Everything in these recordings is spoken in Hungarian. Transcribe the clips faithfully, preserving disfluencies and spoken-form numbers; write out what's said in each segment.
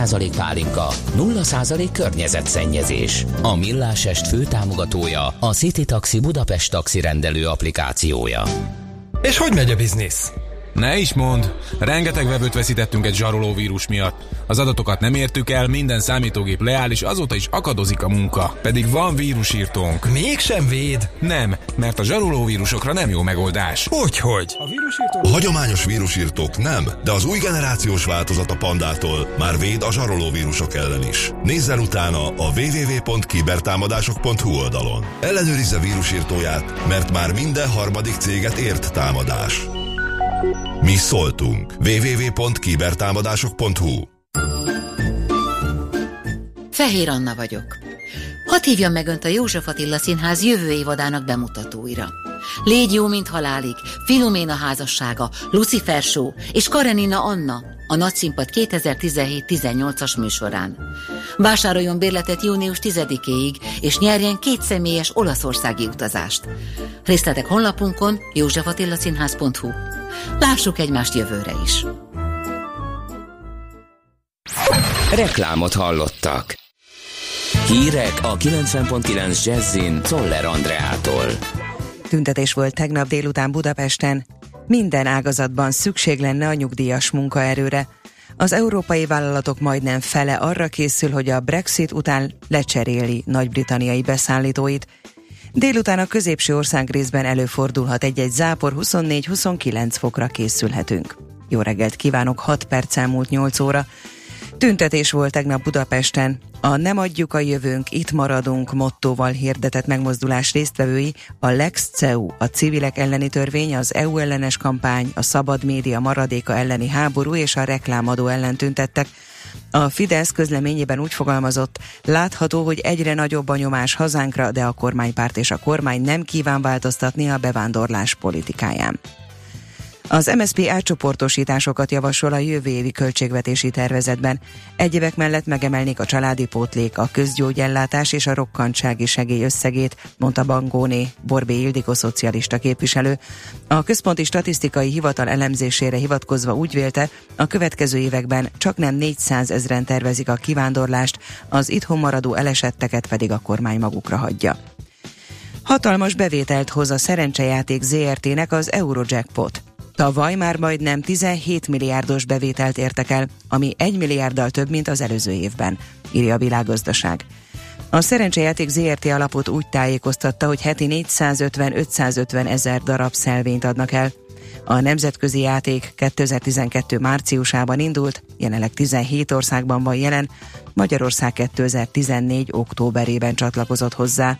százalék pálinka, nulla százalék környezetszennyezés. A Millás Est főtámogatója a City Taxi Budapest taxi rendelő applikációja. És hogy megy a biznisz? Ne is mondd, rengeteg vevőt veszítettünk egy zsaroló vírus miatt. Az adatokat nem értük el, minden számítógép leáll, és azóta is akadozik a munka. Pedig van vírusírtónk. Mégsem véd? Nem, mert a zsaroló vírusokra nem jó megoldás. Hogyhogy? A, vírusírtó... a hagyományos vírusírtók nem, de az új generációs változat a Pandától már véd a zsaroló vírusok ellen is. Nézzen utána a double-u double-u double-u pont kibertámadások pont hu oldalon. Ellenőrizze vírusírtóját, mert már minden harmadik céget ért támadás. Mi szóltunk. double-u double-u double-u pont kibertámadások pont hu. Fehér Anna vagyok. Hadd hívjam meg Önt a József Attila Színház jövő évadának bemutatóira. Légy jó, mint halálig, Filoména házassága, Lucifer Show és Karenina Anna, a Nagyszínpad kétezer-tizenhét tizennyolcas műsorán. Vásároljon bérletet június tizedikéig, és nyerjen két személyes olaszországi utazást. Részletek honlapunkon, józsef attila színház pont hu. Lássuk egymást jövőre is. Reklámot hallottak. Hírek a kilencven pont kilenc Jazzin Czoller Andreától. Tüntetés volt tegnap délután Budapesten. Minden ágazatban szükség lenne a nyugdíjas munkaerőre. Az európai vállalatok majdnem fele arra készül, hogy a Brexit után lecseréli nagy-britanniai beszállítóit. Délután a középső országrészben előfordulhat egy-egy zápor, huszonnégy-huszonkilenc fokra készülhetünk. Jó reggelt kívánok, hat perc elmúlt nyolc óra. Tüntetés volt tegnap Budapesten. A Nem adjuk a jövőnk, itt maradunk mottóval hirdetett megmozdulás résztvevői a Lex cé e u, a civilek elleni törvény, az é u ellenes kampány, a szabad média maradéka elleni háború és a reklámadó ellen tüntettek. A Fidesz közleményében úgy fogalmazott, látható, hogy egyre nagyobb a nyomás hazánkra, de a kormánypárt és a kormány nem kíván változtatni a bevándorlás politikáján. Az em es zé pé átcsoportosításokat javasol a jövő évi költségvetési tervezetben. Egyebek mellett megemelnék a családi pótlék, a közgyógyellátás és a rokkantsági segély összegét, mondta Bangóné Borbély Ildikó szocialista képviselő. A Központi Statisztikai Hivatal elemzésére hivatkozva úgy vélte, a következő években csaknem négyszázezren tervezik a kivándorlást, az itthon maradó elesetteket pedig a kormány magukra hagyja. Hatalmas bevételt hoz a szerencsejáték zé er té-nek az Eurojackpot. Tavaly már majdnem tizenhét milliárdos bevételt értek el, ami egy milliárddal több, mint az előző évben, írja a Világgazdaság. A szerencsejáték zé er té alapot úgy tájékoztatta, hogy heti négyszázötven-ötszázötven ezer darab szelvényt adnak el. A nemzetközi játék kétezer-tizenkettő márciusában indult, jelenleg tizenhét országban van jelen, Magyarország kétezer-tizennégy októberében csatlakozott hozzá.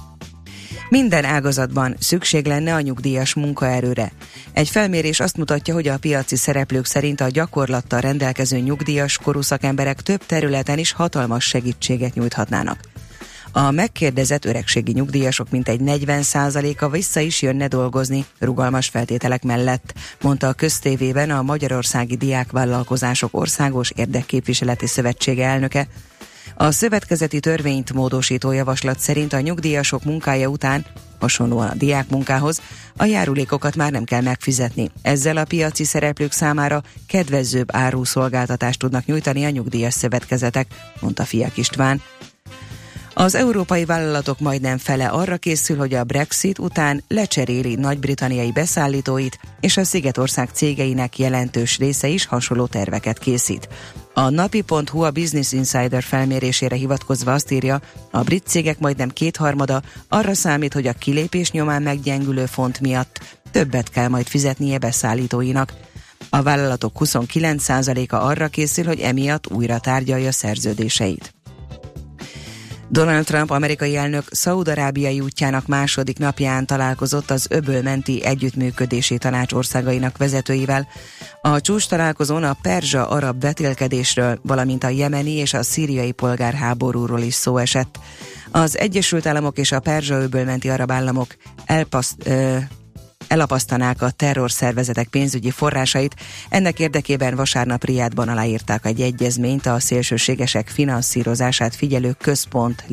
Minden ágazatban szükség lenne a nyugdíjas munkaerőre. Egy felmérés azt mutatja, hogy a piaci szereplők szerint a gyakorlattal rendelkező nyugdíjas korú szakemberek több területen is hatalmas segítséget nyújthatnának. A megkérdezett öregségi nyugdíjasok mintegy negyven százaléka vissza is jönne dolgozni rugalmas feltételek mellett, mondta a Köztévében a Magyarországi Diákvállalkozások Országos Érdekképviseleti Szövetsége elnöke. A szövetkezeti törvényt módosító javaslat szerint a nyugdíjasok munkája után, hasonlóan a diákmunkához, a járulékokat már nem kell megfizetni. Ezzel a piaci szereplők számára kedvezőbb áruszolgáltatást tudnak nyújtani a nyugdíjas szövetkezetek, mondta Fiák István. Az európai vállalatok majdnem fele arra készül, hogy a Brexit után lecseréli nagy-britanniai beszállítóit, és a Szigetország cégeinek jelentős része is hasonló terveket készít. A napi pont hu a Business Insider felmérésére hivatkozva azt írja, a brit cégek majdnem kétharmada arra számít, hogy a kilépés nyomán meggyengülő font miatt többet kell majd fizetnie beszállítóinak. A vállalatok huszonkilenc százaléka arra készül, hogy emiatt újra tárgyalja szerződéseit. Donald Trump amerikai elnök szaúd-arábiai útjának második napján találkozott az öbölmenti együttműködési tanács országainak vezetőivel. A csúcs találkozón a perzsa-arab vetélkedésről, valamint a jemeni és a szíriai polgárháborúról is szó esett. Az Egyesült Államok és a perzsa-öbölmenti arab államok elpaszt... Ö, elapasztanák a terrorszervezetek pénzügyi forrásait. Ennek érdekében vasárnap Riádban aláírták egy egyezményt a szélsőségesek finanszírozását figyelő központ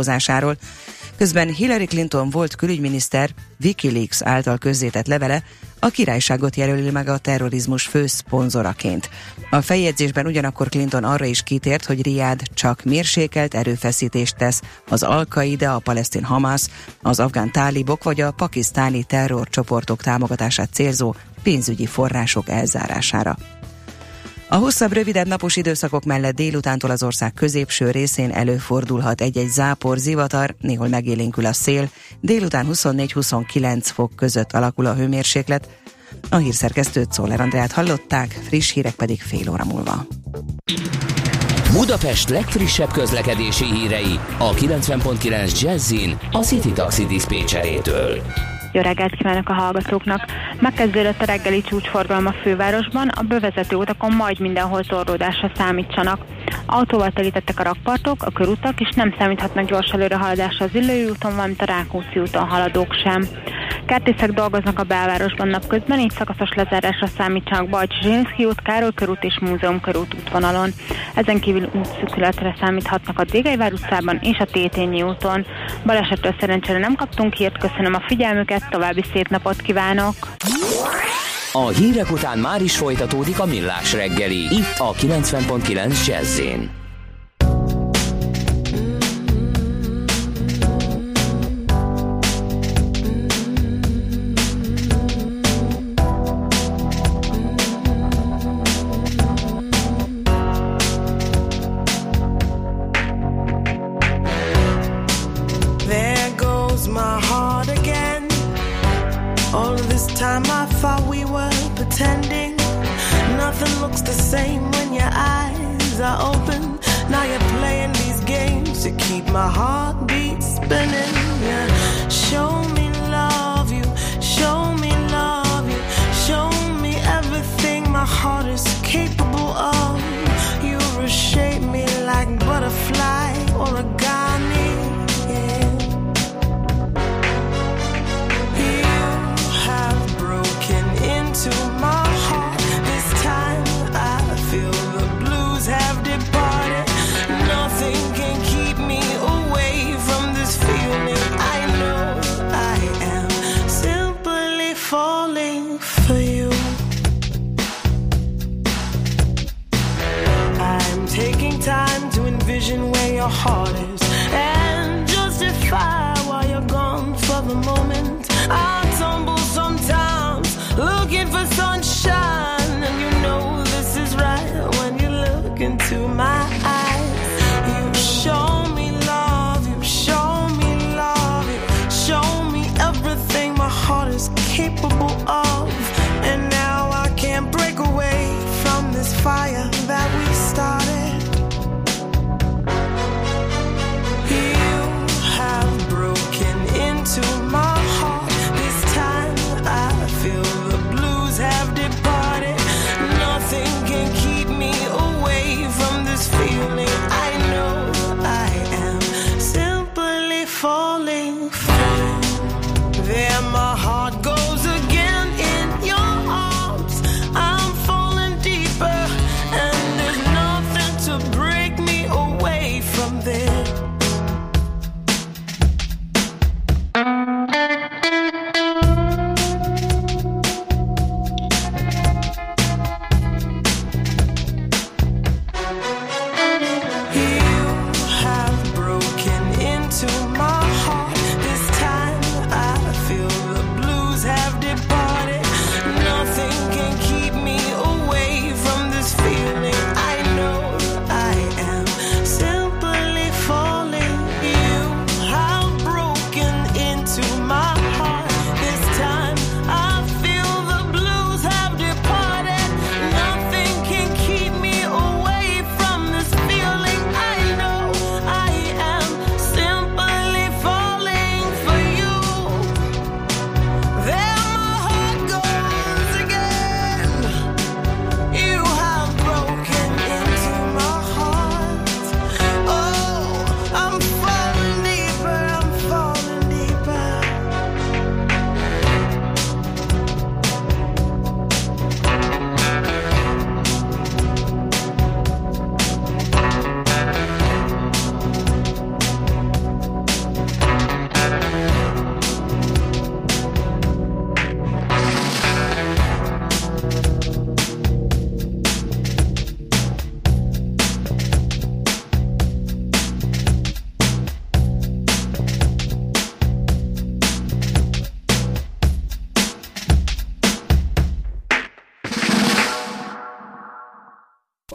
létrehozásáról. Közben Hillary Clinton volt külügyminiszter WikiLeaks által közzétett levele a királyságot jelöli meg a terrorizmus fő szponzoraként. A feljegyzésben ugyanakkor Clinton arra is kitért, hogy Riad csak mérsékelt erőfeszítést tesz az Al-Qaida, a palesztin Hamas, az afgán tálibok vagy a pakisztáni terrorcsoportok támogatását célzó pénzügyi források elzárására. A hosszabb, rövidebb napos időszakok mellett délutántól az ország középső részén előfordulhat egy-egy zápor, zivatar, néhol megélénkül a szél, délután huszonnégy-huszonkilenc fok között alakul a hőmérséklet. A hírszerkesztőt, Czoller Andreát hallották, friss hírek pedig fél óra múlva. Budapest legfrissebb közlekedési hírei a kilencven pont kilenc Jazzin a City Taxi diszpécserétől. Jó reggelt kívánok a hallgatóknak! Megkezdődött a reggeli csúcsforgalom a fővárosban, a bevezető utakon majd mindenhol torlódásra számítsanak. Autóval telítettek a rakpartok, a körutak, és nem számíthatnak gyors előrehaladásra az Üllői úton, valamint a Rákóczi úton haladók sem. Kertészek dolgoznak a belvárosban napközben, így szakaszos lezárásra számítsanak Bajcsy-Zsilinszky út, Károly körút és Múzeum körút útvonalon. Ezen kívül útszűkületre számíthatnak a Dégeivár utcában és a Tétényi úton. Balesettől szerencsére nem kaptunk hírt, köszönöm a figyelmüket, további szép napot kívánok! A hírek után már is folytatódik a Millás reggeli, itt a kilencven pont kilenc Jazzin.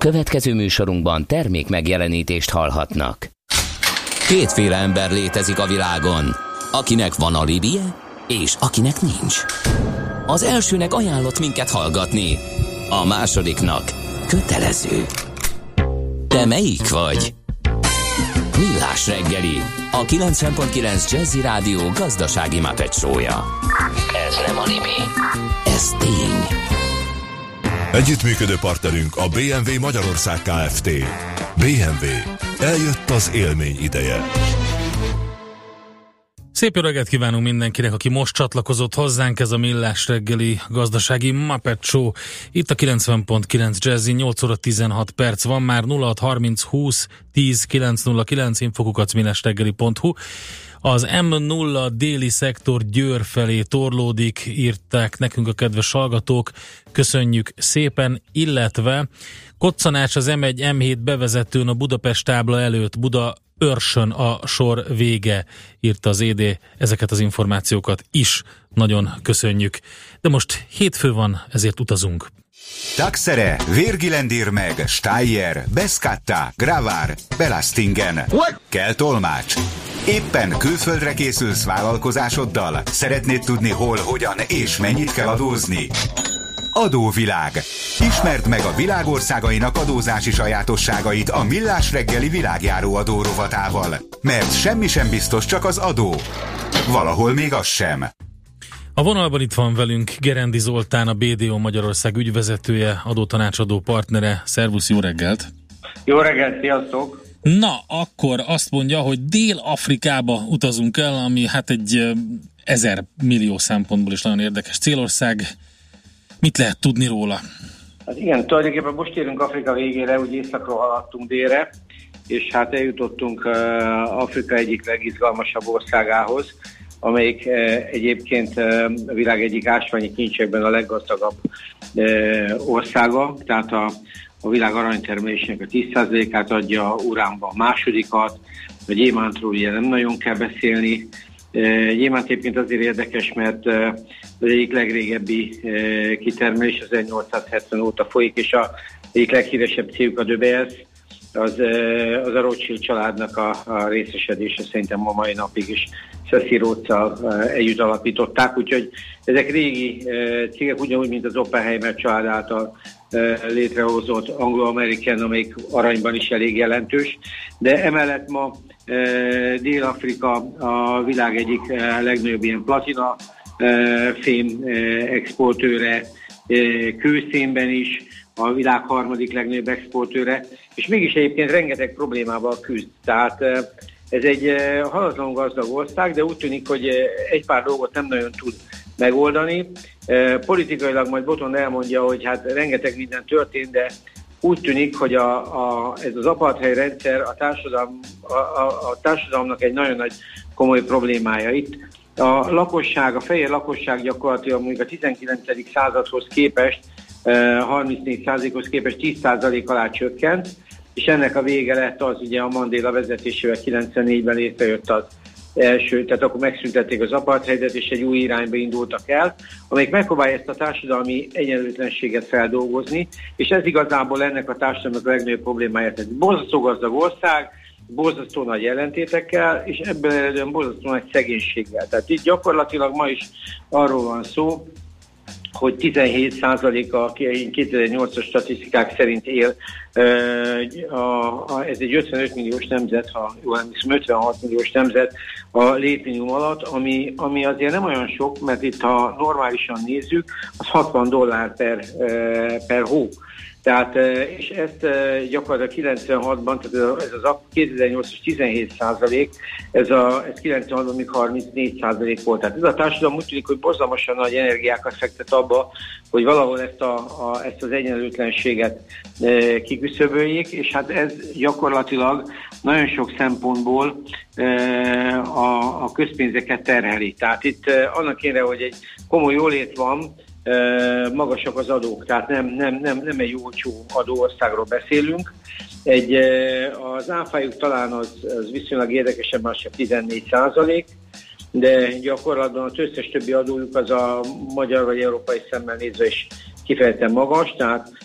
következő műsorunkban termék megjelenítést hallhatnak. Kétféle ember létezik a világon, akinek van alibije, és akinek nincs. Az elsőnek ajánlott minket hallgatni, a másodiknak kötelező. Te melyik vagy? Millás reggeli, a kilencven pont kilenc Jazzy Rádió gazdasági Muppet show-ja. Ez nem anime, ez tény. Együttműködő partnerünk a bé em vé Magyarország Kft. bé em vé. Eljött az élmény ideje. Szép jó reggelt kívánunk mindenkinek, aki most csatlakozott hozzánk, ez a Millás reggeli gazdasági Muppet Show. Itt a kilencven pont kilenc Jazzy, nyolc óra tizenhat perc van már, nulla hat harminc húsz tíz kilenc nulla kilenc, infokukac millásreggeli pont hu. Az em nulla déli szektor Győr felé torlódik, írták nekünk a kedves hallgatók, köszönjük szépen, illetve koccanás az em egy em hét bevezetőn a Budapest tábla előtt, Buda Őrsön a sor vége, írta az é dé, ezeket az információkat is nagyon köszönjük. De most hétfő van, ezért utazunk. Taxere, Virgilendir meg, Steyr, Beskatta, Gravár, Belastingen. Kell tolmács. Éppen külföldre készülsz vállalkozásoddal? Szeretnéd tudni hol, hogyan és mennyit kell adózni? Adóvilág. Ismerd meg a világországainak adózási sajátosságait a Millás reggeli világjáró adó rovatával. Mert semmi sem biztos, csak az adó. Valahol még az sem. A vonalban itt van velünk Gerendi Zoltán, a bé dé o Magyarország ügyvezetője, adótanácsadó partnere. Szervusz, jó reggelt! Jó reggelt, sziasztok! Na, akkor azt mondja, hogy Dél-Afrikába utazunk el, ami hát egy ezer millió szempontból is nagyon érdekes célország. Mit lehet tudni róla? Hát igen, tulajdonképpen most érünk Afrika végére, úgy északról haladtunk délre, és hát eljutottunk uh, Afrika egyik legizgalmasabb országához, amelyik uh, egyébként uh, a világ egyik ásványi kincsekben a leggazdagabb uh, országa, tehát a, a világ aranytermelésének a tíz százalékát adja, uránban a másodikat, a gyémántról ugye nem nagyon kell beszélni. Gyémánt egyébként azért érdekes, mert az egyik legrégebbi kitermelés az ezernyolcszázhetven óta folyik, és az egyik leghíresebb cégük a De Beers, az, az a Rothschild családnak a, a részesedése, szerintem a mai napig is Cecil Rhodes-szal együtt alapították, úgyhogy ezek régi cégek, ugyanúgy, mint az Oppenheimer család által létrehozott Anglo-American, amelyik aranyban is elég jelentős, de emellett ma Dél-Afrika a világ egyik legnagyobb ilyen platina fém exportőre, kőszénben is a világ harmadik legnagyobb exportőre, és mégis egyébként rengeteg problémával küzd. Tehát ez egy halatlanul gazdag ország, de úgy tűnik, hogy egy pár dolgot nem nagyon tud megoldani. Politikailag majd Botond elmondja, hogy hát rengeteg minden történt, de úgy tűnik, hogy a, a, ez az apartheid rendszer a, társadalom, a, a, a társadalomnak egy nagyon nagy komoly problémája itt. A lakosság, a fehér lakosság gyakorlatilag mondjuk a tizenkilencedik századhoz képest, harmincnégy százalékhoz képest tíz százalék alá csökkent, és ennek a vége lett az, ugye a Mandela vezetésével kilencvennégyben létrejött az első, tehát akkor megszüntették az apartheidet, és egy új irányba indultak el, amelyik megpróbálja ezt a társadalmi egyenlőtlenséget feldolgozni, és ez igazából ennek a társadalomnak a legnagyobb problémája. Tehát borzasztó gazdag ország, borzasztó nagy jelentétekkel, és ebből eredően borzasztó nagy szegénységgel. Tehát itt gyakorlatilag ma is arról van szó, hogy tizenhét százaléka kétezer-nyolcas statisztikák szerint él, ez egy ötvenöt milliós nemzet, ha jól emlékszem, ötvenhat milliós nemzet a létminimum alatt, ami, ami azért nem olyan sok, mert itt ha normálisan nézzük, az hatvan dollár per, per hó. Tehát, és ezt gyakorlatilag kilencvenhatban, tehát ez az kétezer-nyolcas tizenhét százalék, ez, a, ez kilencvenhatban még harmincnégy százalék volt. Tehát ez a társadalom úgy tűnik, hogy borzalmasan nagy energiákat fektet abba, hogy valahol ezt, a, a, ezt az egyenlőtlenséget e, kiküszöböljék, és hát ez gyakorlatilag nagyon sok szempontból e, a, a közpénzeket terheli. Tehát itt e, annak kéne, hogy egy komoly jólét van, magasak az adók, tehát nem, nem, nem, nem egy olcsó adóországról beszélünk. Egy, az áfájuk talán az, az viszonylag érdekesebb, az csak tizennégy százalék, de gyakorlatban az összes többi adójuk az a magyar vagy európai szemmel nézve is kifejezetten magas, tehát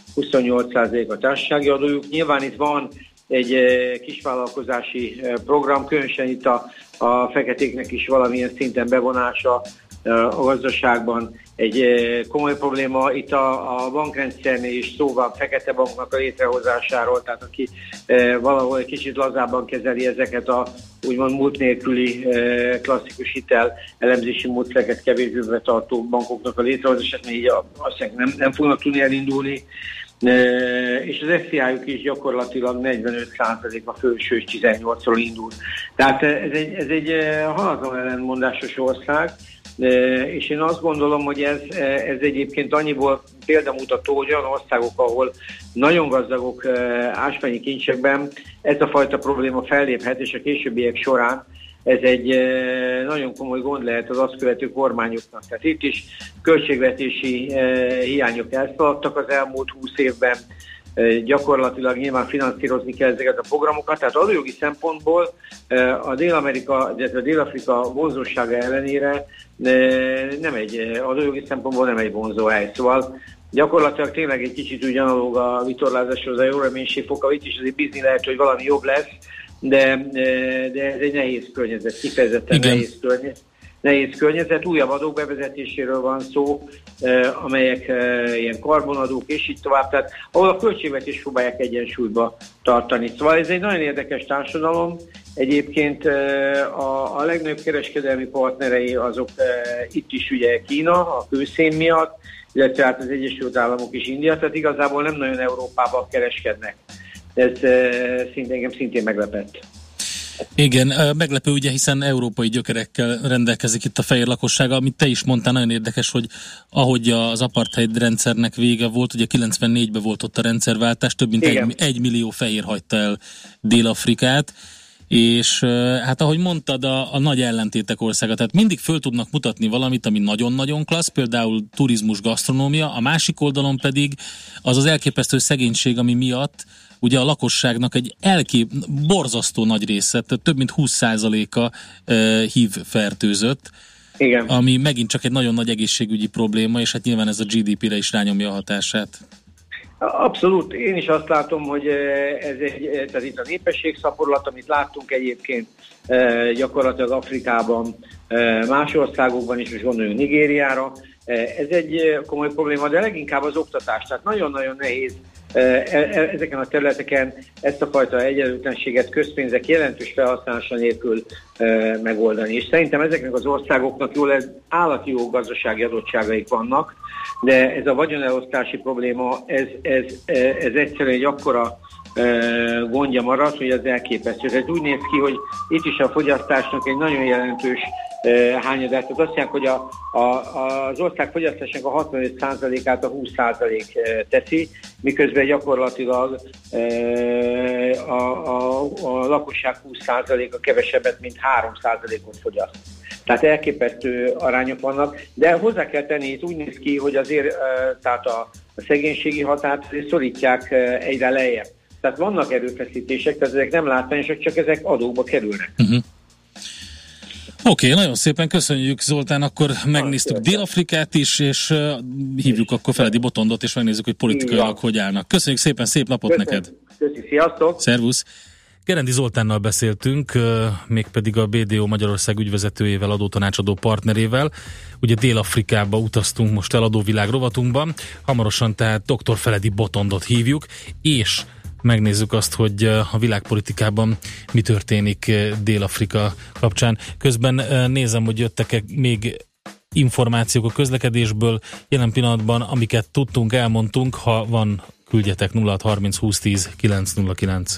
huszonnyolc százalék a társasági adójuk. Nyilván itt van egy kisvállalkozási program, különösen itt a, a feketéknek is valamilyen szinten bevonása a gazdaságban egy komoly probléma. Itt a, a bankrendszernél is szó van fekete banknak a létrehozásáról, tehát aki e, valahol egy kicsit lazábban kezeli ezeket a úgymond múlt nélküli e, klasszikus hitel elemzési módszereket kevésbé betartó bankoknak a létrehozását, mert így azt nem, nem fognak tudni elindulni. E, és az ef cé i-juk is gyakorlatilag negyvenöt százalék a felső és tizennyolcról indul. Tehát ez egy, ez egy halatlan ellentmondásos ország, és én azt gondolom, hogy ez, ez egyébként annyiból példamutató, hogy olyan országok, ahol nagyon gazdagok ásványi kincsekben ez a fajta probléma felléphet, és a későbbiek során ez egy nagyon komoly gond lehet az azt követő kormányoknak. Tehát itt is költségvetési hiányok elszaladtak az elmúlt húsz évben, gyakorlatilag nyilván finanszírozni kell ezeket a programokat, tehát adójogi szempontból a Dél-Amerika, illetve a Dél-Afrika vonzósága ellenére nem egy, adójogi szempontból nem egy vonzó hely. Szóval gyakorlatilag tényleg egy kicsit úgy analóg a vitorlázáshoz, a jó reménységfoka, itt is azért bízni lehet, hogy valami jobb lesz, de, de ez egy nehéz környezet, kifejezetten Igen. nehéz környezet. Nehéz környezet, újabb adók bevezetéséről van szó, eh, amelyek eh, ilyen karbonadók és így tovább, tehát ahol a költségvetés próbálják egyensúlyba tartani. Szóval ez egy nagyon érdekes társadalom. Egyébként eh, a, a legnagyobb kereskedelmi partnerei azok eh, itt is ugye Kína, a kőszén miatt, illetve hát az Egyesült Államok és India, tehát igazából nem nagyon Európában kereskednek. Ez eh, szintén, engem szintén meglepett. Igen, meglepő ugye, hiszen európai gyökerekkel rendelkezik itt a fehér lakossága, amit te is mondtál, nagyon érdekes, hogy ahogy az apartheid rendszernek vége volt, ugye kilencvennégyben volt ott a rendszerváltás, több mint egy, egy millió fehér hagyta el Dél-Afrikát, és hát ahogy mondtad, a, a nagy ellentétek országa, tehát mindig föl tudnak mutatni valamit, ami nagyon-nagyon klassz, például turizmus, gasztronómia, a másik oldalon pedig az az elképesztő szegénység, ami miatt ugye a lakosságnak egy elkép, borzasztó nagy része, tehát több mint húsz százaléka uh, hív fertőzött, Igen. ami megint csak egy nagyon nagy egészségügyi probléma, és hát nyilván ez a gé dé pére is rányomja a hatását. Abszolút, én is azt látom, hogy ez egy, tehát itt a népességszaporulat, amit láttunk egyébként gyakorlatilag Afrikában, más országokban is, és gondoljunk Nigériára, ez egy komoly probléma, de leginkább az oktatás, tehát nagyon-nagyon nehéz ezeken a területeken ezt a fajta egyenlőtlenséget közpénzek jelentős felhasználása nélkül megoldani. És szerintem ezeknek az országoknak jól ez állati jó gazdasági adottságaik vannak, de ez a vagyonelosztási probléma, ez, ez, ez egyszerűen egy akkora gondja marad, hogy az elképesztő. Ez úgy néz ki, hogy itt is a fogyasztásnak egy nagyon jelentős hányadát. Tehát azt mondják, hogy a, a, az ország fogyasztásnak a hatvanöt százalékát a húsz százalék teszi, miközben gyakorlatilag a, a, a lakosság húsz százaléka kevesebbet, mint három százalékot fogyaszt. Tehát elképesztő arányok vannak, de hozzá kell tenni, itt úgy néz ki, hogy azért tehát a, a szegénységi határt szorítják egyre lejjebb. Tehát vannak erőfeszítések, tehát ezek nem látványosak, csak ezek adóba kerülnek. Uh-huh. Oké, okay, nagyon szépen köszönjük, Zoltán, akkor megnéztük Dél-Afrikát is, és uh, hívjuk akkor Feledi Botondot, és megnézzük, hogy politikailag hogy állnak. Köszönjük szépen, szép napot Köszönjük. neked! Köszönjük, sziasztok! Szervusz! Gerendi Zoltánnal beszéltünk, uh, mégpedig a bé dé o Magyarország ügyvezetőjével, adótanácsadó partnerével. Ugye Dél-Afrikába utaztunk most el adóvilág rovatunkban, hamarosan tehát doktor Feledi Botondot hívjuk, és megnézzük azt, hogy a világpolitikában mi történik Dél-Afrika kapcsán. Közben nézem, hogy jöttek még információk a közlekedésből. Jelen pillanatban, amiket tudtunk, elmondtunk, ha van, küldjetek nulla hat harminc húsz tíz kilenc nulla kilenc.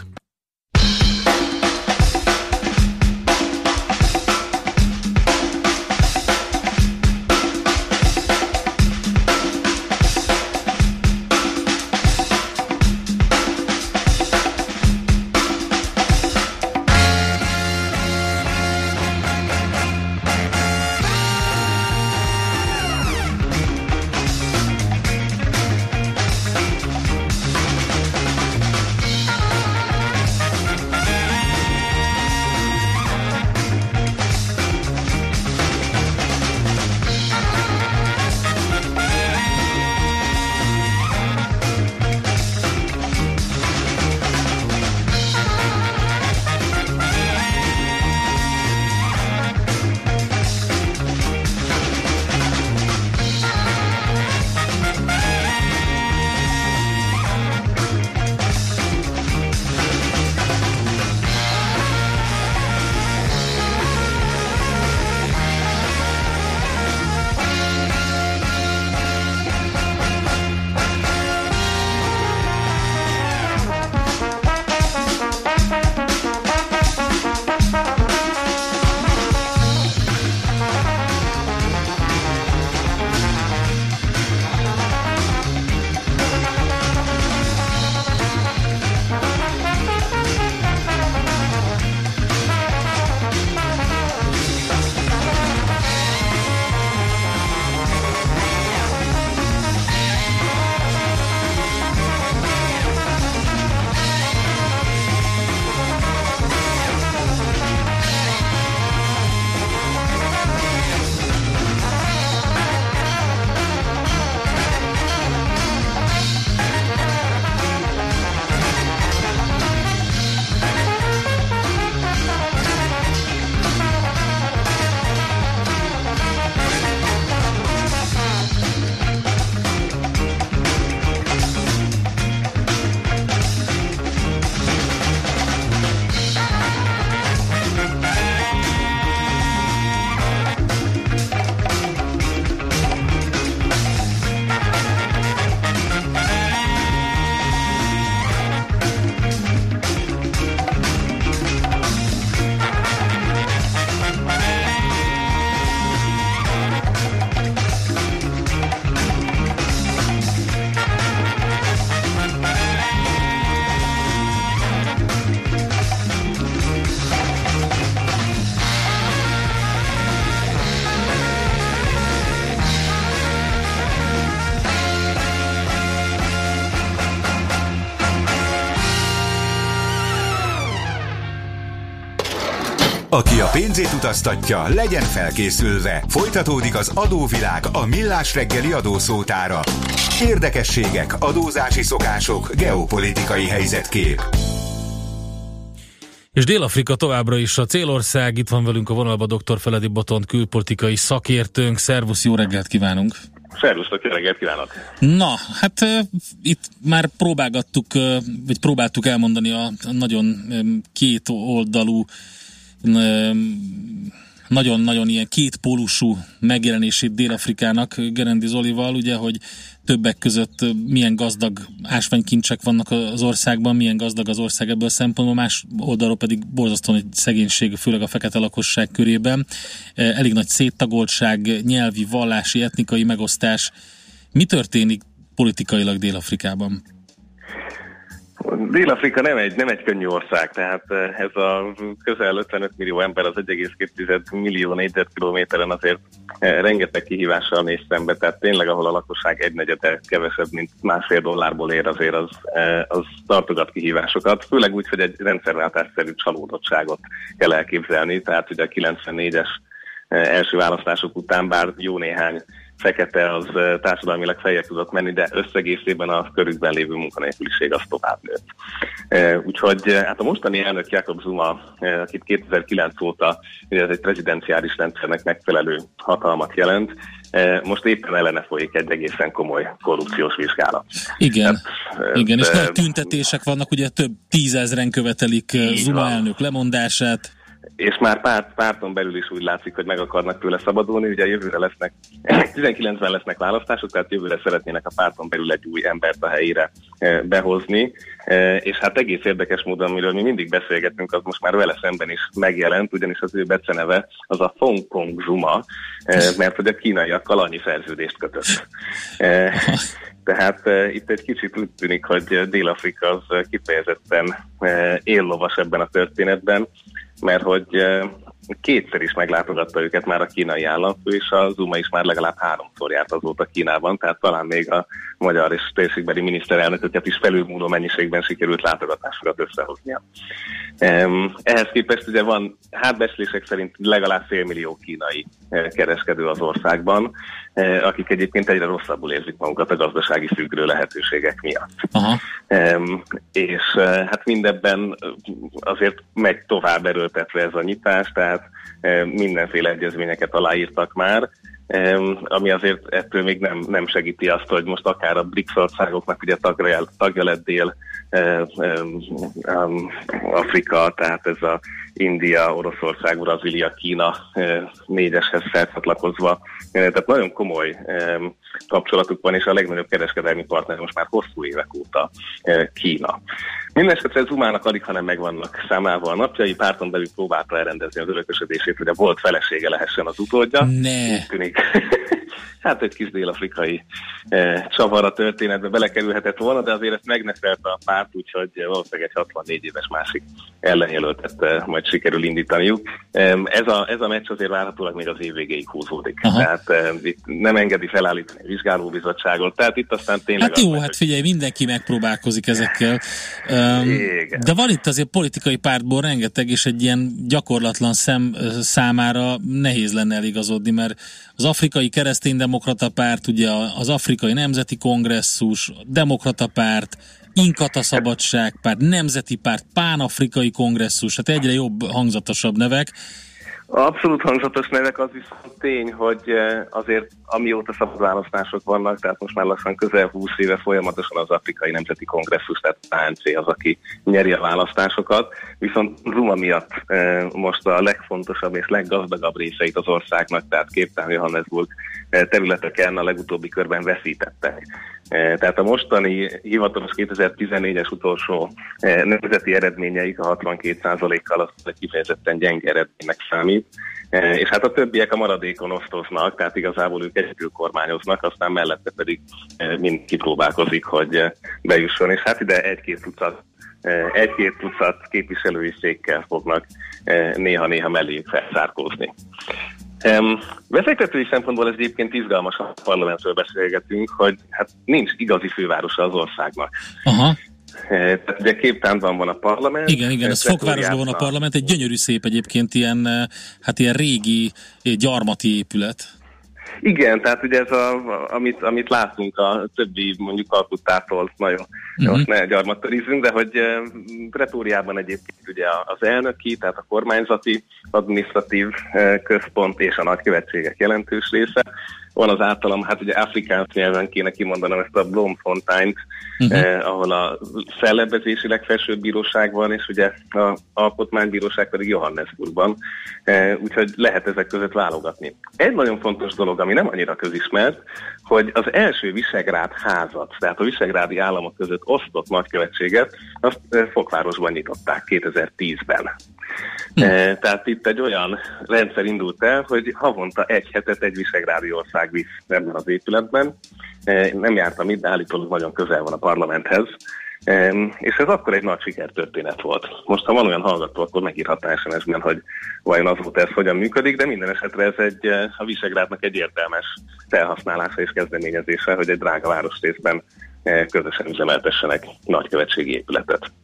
Aki a pénzét utaztatja, legyen felkészülve. Folytatódik az adóvilág, a millás reggeli adószótára. Érdekességek, adózási szokások, geopolitikai helyzetkép. És Dél-Afrika továbbra is a célország. Itt van velünk a vonalban dr. Feledi Botond külpolitikai szakértőnk. Szervusz, jó reggelt kívánunk! Szervusztok, jó reggelt kívánok! Na, hát uh, itt már próbálgattuk, uh, vagy próbáltuk elmondani a nagyon um, két oldalú, um, nagyon-nagyon ilyen kétpólusú megjelenését Dél-Afrikának Gerendi Zolival, ugye, hogy többek között milyen gazdag ásványkincsek vannak az országban, milyen gazdag az ország ebből a szempontból, más oldalról pedig borzasztóan egy szegénység, főleg a fekete lakosság körében. Elég nagy széttagoltság, nyelvi, vallási, etnikai megosztás. Mi történik politikailag Dél-Afrikában? Dél-Afrika nem egy, nem egy könnyű ország, tehát ez a közel ötvenöt millió ember az egy egész két millió négyzetkilométeren azért rengeteg kihívással néz szembe, tehát tényleg ahol a lakosság egynegyede kevesebb, mint másfél dollárból ér, azért az, az tartogat kihívásokat, főleg úgy, hogy egy rendszerváltásszerű csalódottságot kell elképzelni, tehát ugye a kilencvennégyes első választások után, bár jó néhány fekete az társadalmilag feljebb tudott menni, de összegészében a körükben lévő munkanélküliség az tovább nőtt. Úgyhogy hát a mostani elnök Jacob Zuma, akit kétezer-kilenc óta ez egy prezidenciális rendszernek megfelelő hatalmat jelent, most éppen ellene folyik egy egészen komoly korrupciós vizsgálat. Igen, hát, igen, és nagy tüntetések vannak, ugye több tízezren követelik Zuma van. elnök lemondását. És már párt, párton belül is úgy látszik, hogy meg akarnak tőle szabadulni, ugye jövőre lesznek, tizenkilencben lesznek választások, tehát jövőre szeretnének a párton belül egy új embert a helyére e, behozni, e, és hát egész érdekes módon, amiről mi mindig beszélgetünk, az most már vele szemben is megjelent, ugyanis az ő beceneve az a Hong Kong Zuma, e, mert hogy a kínaiakkal annyi szerződést kötött. E, Tehát e, itt egy kicsit úgy tűnik, hogy Dél-Afrika az kifejezetten e, éllovas ebben a történetben, mert hogy kétszer is meglátogatta őket már a kínai államfő, és a Zuma is már legalább háromszor járt azóta Kínában, tehát talán még a magyar és térségbeli miniszterelnököket is felülmúló mennyiségben sikerült látogatásokat összehoznia. Ehhez képest ugye van, hát becslések szerint legalább félmillió kínai kereskedő az országban, akik egyébként egyre rosszabbul érzik magukat a gazdasági függő lehetőségek miatt. Aha. És hát mindebben azért megy tovább erőltetve ez a nyitás, tehát mindenféle egyezményeket aláírtak már, ami azért ettől még nem, nem segíti azt, hogy most akár a BRICS országoknak ugye tagja, tagja lett Dél Afrika, tehát ez a India, Oroszország, Brazília, Kína négyeshez felcsatlakozva. Tehát nagyon komoly kapcsolatuk van, és a legnagyobb kereskedelmi partner most már hosszú évek óta Kína. Mindenesetre Zumának alig, hanem megvannak számával a napjai, párton belül próbálta elrendezni az örökösödését, hogy a volt felesége lehessen az utódja. Ne. Úgy tűnik, hát egy kis dél-afrikai eh, csavar a történetbe belekerülhetett volna, de azért ezt megneszelt a párt, úgyhogy valószínűleg egy hatvannégy éves másik ellenjelöltet eh, majd sikerül indítaniuk. Eh, ez, a, ez a meccs azért várhatólag még az év végéig húzódik. Aha. Tehát eh, itt nem engedi felállítani a vizsgálóbizottságot, tehát itt aztán tényleg... Hát jó, hát figyelj, mindenki megpróbálkozik ezekkel. Um, de van itt azért politikai pártból rengeteg, és egy ilyen gyakorlatlan szem számára nehéz lenne eligazodni, mert az afrikai kereszténydemokrata párt, ugye az afrikai nemzeti kongresszus, demokrata párt, Inkatha szabadságpárt, nemzeti párt, pánafrikai kongresszus, hát egyre jobb, hangzatosabb nevek. Abszolút hangzatos nevek, az viszont tény, hogy azért amióta szabad választások vannak, tehát most már lassan közel húsz éve folyamatosan az Afrikai Nemzeti Kongresszus, tehát a á en cé az, aki nyeri a választásokat, viszont Zuma miatt most a legfontosabb és leggazdagabb részeit az országnak, tehát Cape Town, Johannesburg területeken a legutóbbi körben veszítettek. Tehát a mostani hivatalos kétezer-tizennégyes utolsó nemzeti eredményeik a hatvankét százalékkal az egy kifejezetten gyenge eredménynek számít. És hát a többiek a maradékon osztoznak, tehát igazából ők egyedül kormányoznak, aztán mellette pedig mind kipróbálkozik, hogy bejusson, és hát ide egy-két tucat, egy-két tucat képviselői székkel fognak néha-néha melléjük felszárkózni. Um, vezetői szempontból ez egyébként izgalmas, a parlamentről beszélgetünk, hogy hát nincs igazi fővárosa az országnak. Aha. Tehát ugye Cape Townban van a parlament. Igen, igen, ez Fokvárosban van a parlament, egy gyönyörű szép egyébként ilyen, hát ilyen régi gyarmati épület. Igen, tehát ugye ez a, amit, amit látunk a többi mondjuk Kalkuttától, nagyon uh-huh. most ne gyarmattörizzünk, de hogy Pretóriában egyébként ugye az elnöki, tehát a kormányzati, adminisztratív központ és a nagykövetségek jelentős része. Van az általam, hát ugye afrikáns nyelven kéne kimondanom ezt a Bloemfonteint, uh-huh. eh, ahol a fellebbezési legfelsőbb bíróság van, és ugye az alkotmánybíróság pedig Johannesburgban, eh, úgyhogy lehet ezek között válogatni. Egy nagyon fontos dolog, ami nem annyira közismert, hogy az első Visegrád házat, tehát a visegrádi államok között osztott nagykövetséget, azt eh, Fokvárosban nyitották kétezer-tízben. Hm. E, tehát itt egy olyan rendszer indult el, hogy havonta egy hetet egy visegrádi ország visz ebben az épületben. E, nem jártam itt, de állítólag nagyon közel van a parlamenthez. E, és ez akkor egy nagy sikertörténet volt. Most, ha van olyan hallgató, akkor megírhatná es em es-ben, hogy vajon azóta ez hogyan működik, de minden esetre ez egy, a Visegrádnak egy értelmes felhasználása és kezdeményezése, hogy egy drága városrészben közösen üzemeltessenek nagykövetségi épületet.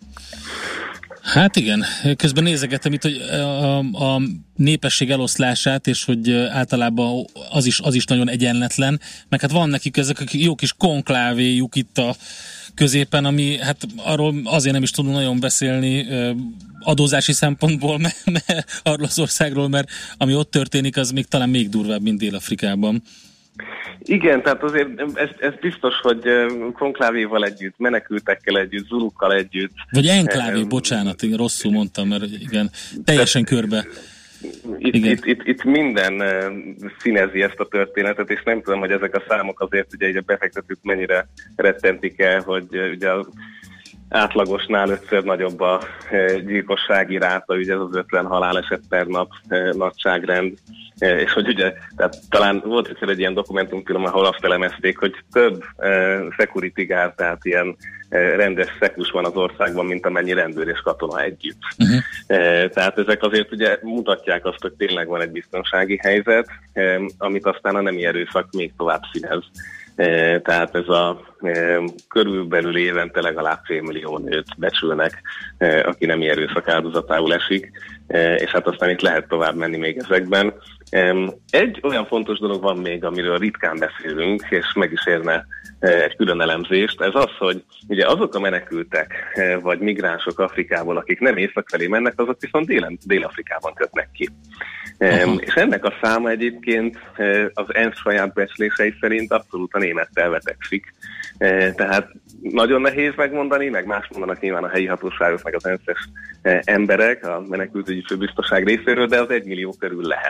Hát igen, közben nézegetem itt, hogy a, a népesség eloszlását, és hogy általában az is, az is nagyon egyenletlen, meg hát van nekik ezek a jó kis konklávéjuk itt a középen, ami hát arról azért nem is tudunk nagyon beszélni adózási szempontból, mert, mert arról az országról, mert ami ott történik, az még talán még durvább, mint Dél-Afrikában. Igen, tehát azért ez, ez biztos, hogy konklávéval együtt, menekültekkel együtt, zulukkal együtt. Vagy enklávé, um, bocsánat, én rosszul mondtam, mert igen, teljesen de, körbe. Itt, igen. Itt, itt, itt minden uh, színezi ezt a történetet, és nem tudom, hogy ezek a számok azért ugye így a befektetők mennyire rettentik el, hogy uh, ugye az átlagosnál ötször nagyobb a uh, gyilkossági ráta, ugye ez az ötven haláleset per nap uh, nagyságrend. És hogy ugye, tehát talán volt egyszer egy ilyen dokumentumfilm, ahol azt elemezték, hogy több eh, security guard, tehát ilyen eh, rendes szekus van az országban, mint amennyi rendőr és katona együtt. Uh-huh. Eh, tehát ezek azért ugye mutatják azt, hogy tényleg van egy biztonsági helyzet, eh, amit aztán a nemi erőszak még tovább színez. Eh, tehát ez a eh, körülbelül évente legalább fél millió nőt becsülnek, eh, aki nemi erőszak áldozatául esik, eh, és hát aztán itt lehet tovább menni még ezekben. Egy olyan fontos dolog van még, amiről ritkán beszélünk, és meg is érne egy külön elemzést, ez az, hogy ugye azok a menekültek, vagy migránsok Afrikából, akik nem észak felé mennek, azok viszont Dél- Dél-Afrikában kötnek ki. Uh-huh. És ennek a száma egyébként az ENSZ saját becslései szerint abszolút a némettel vetekszik. Tehát nagyon nehéz megmondani, meg más mondanak nyilván a helyi hatóságok, meg az ENSZ-es emberek, a menekültügyi főbiztosság részéről, de az egy millió körül lehet.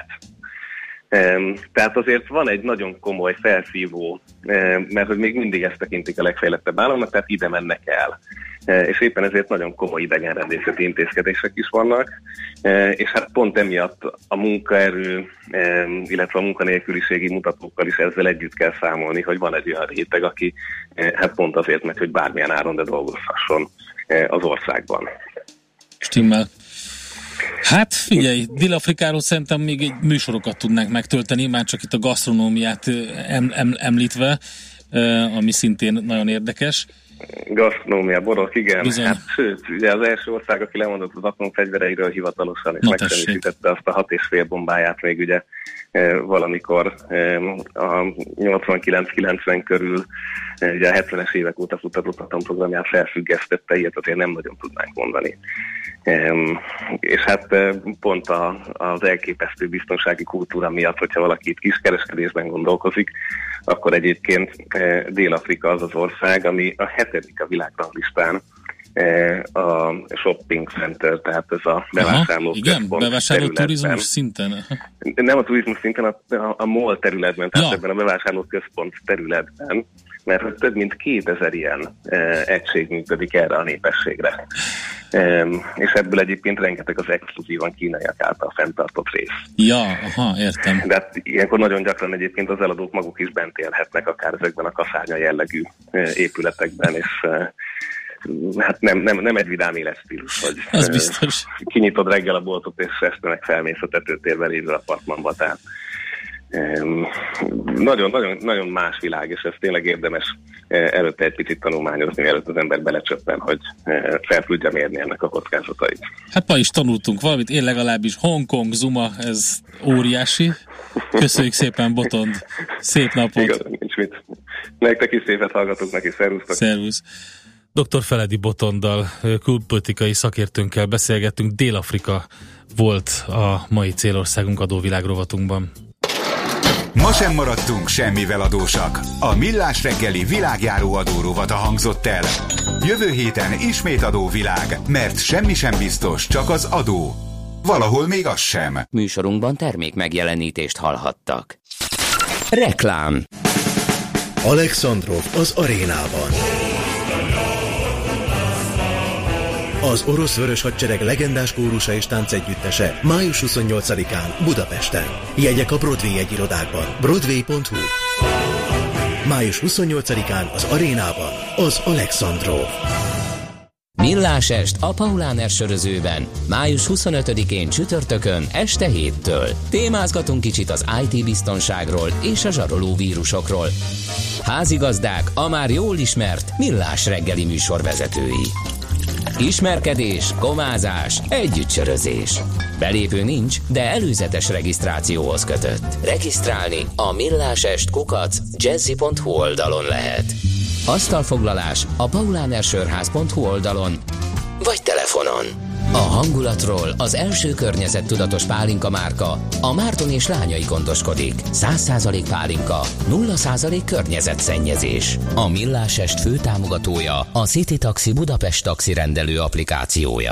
Tehát azért van egy nagyon komoly felszívó, mert hogy még mindig ezt tekintik a legfejlettebb államnak, tehát ide mennek el. És éppen ezért nagyon komoly idegenrendészeti intézkedések is vannak, és hát pont emiatt a munkaerő, illetve a munkanélküliségi mutatókkal is ezzel együtt kell számolni, hogy van egy olyan réteg, aki hát pont azért megy, hogy bármilyen áron, de dolgozhasson az országban. Stimmel. Hát figyelj, Dél-Afrikáról szerintem még egy műsorokat tudnánk megtölteni, már csak itt a gasztronómiát em, em, említve, ami szintén nagyon érdekes. Gasztronómia, borok, igen. Bizony. Hát sőt, ugye az első ország, aki lemondott az atomfegyvereiről hivatalosan, és megsemmisítette azt a hat és fél bombáját még ugye valamikor a nyolcvankilenc-kilencven körül, ugye a hetvenes évek óta futtatott atomprogramját felfüggesztette, ilyet azért nem nagyon tudnánk mondani. Um, és hát pont a, az elképesztő biztonsági kultúra miatt, hogyha valaki itt kiskereskedésben gondolkozik, akkor egyébként eh, Dél-Afrika az az ország, ami a hetedik a világranglistán eh, a shopping center, tehát ez a bevásárló igen, bevásárló turizmus szinten. Nem a turizmus szinten, a, a, a mall területben, tehát ja. ebben a bevásárló központ területben, mert hogy több mint kétezer ilyen eh, egység működik erre a népességre. Um, és ebből egyébként rengeteg az exkluzívan kínaiak által fenntartott rész. Ja, aha, értem. De hát ilyenkor nagyon gyakran egyébként az eladók maguk is bent élhetnek, akár ezekben a kaszárnya jellegű uh, épületekben, és uh, hát nem, nem, nem egy vidám életstílus, hogy az biztos. Uh, kinyitod reggel a boltot, és este meg felmész a tetőtérben lévő apartmanba, tehát um, nagyon, nagyon, nagyon más világ, és ez tényleg érdemes előtte egy picit tanulmányozni, mielőtt az ember belecsöppen, hogy fel tudja mérni ennek a kockázatait. Hát ma is tanultunk valamit, én legalábbis. Hongkong, Zuma, ez óriási. Köszönjük szépen, Botond. Szép napot. Igazán nincs mit. Nektek is szépet hallgatok neki, szervusztok. Szervusz. doktor Feledi Botonddal, külpolitikai szakértőnkkel beszélgettünk. Dél-Afrika volt a mai célországunk adóvilág rovatunkban. Ma sem maradtunk semmivel adósak. A Millás reggeli világjáró adórovata hangzott el. Jövő héten ismét adóvilág, mert semmi sem biztos, csak az adó. Valahol még az sem. Műsorunkban termék megjelenítést hallhattak. Reklám. Alexandrov az arénában. Az orosz vörös hadsereg legendás kórusa és táncegyüttese május huszonnyolcadikán Budapesten. Jegyek a Broadway jegyirodákban. broadway pont hu. május huszonnyolcadikán az arénában az Alexandrov. Millás est a Paulaner sörözőben május huszonötödikén csütörtökön este héttől. Témázgatunk kicsit az í té biztonságról és a zsaroló vírusokról. Házigazdák a már jól ismert Millás reggeli műsorvezetői. Ismerkedés, komázás, együttsörözés. Belépő nincs, de előzetes regisztrációhoz kötött. Regisztrálni a millásest kukac jazzy pont hu oldalon lehet. Asztalfoglalás a paulanersörház pont hu oldalon vagy telefonon. A hangulatról az első környezettudatos pálinka márka, a Márton és lányai gondoskodik. száz százalék pálinka, nulla százalék környezetszennyezés. A Millásest főtámogatója a City Taxi Budapest taxi rendelő applikációja.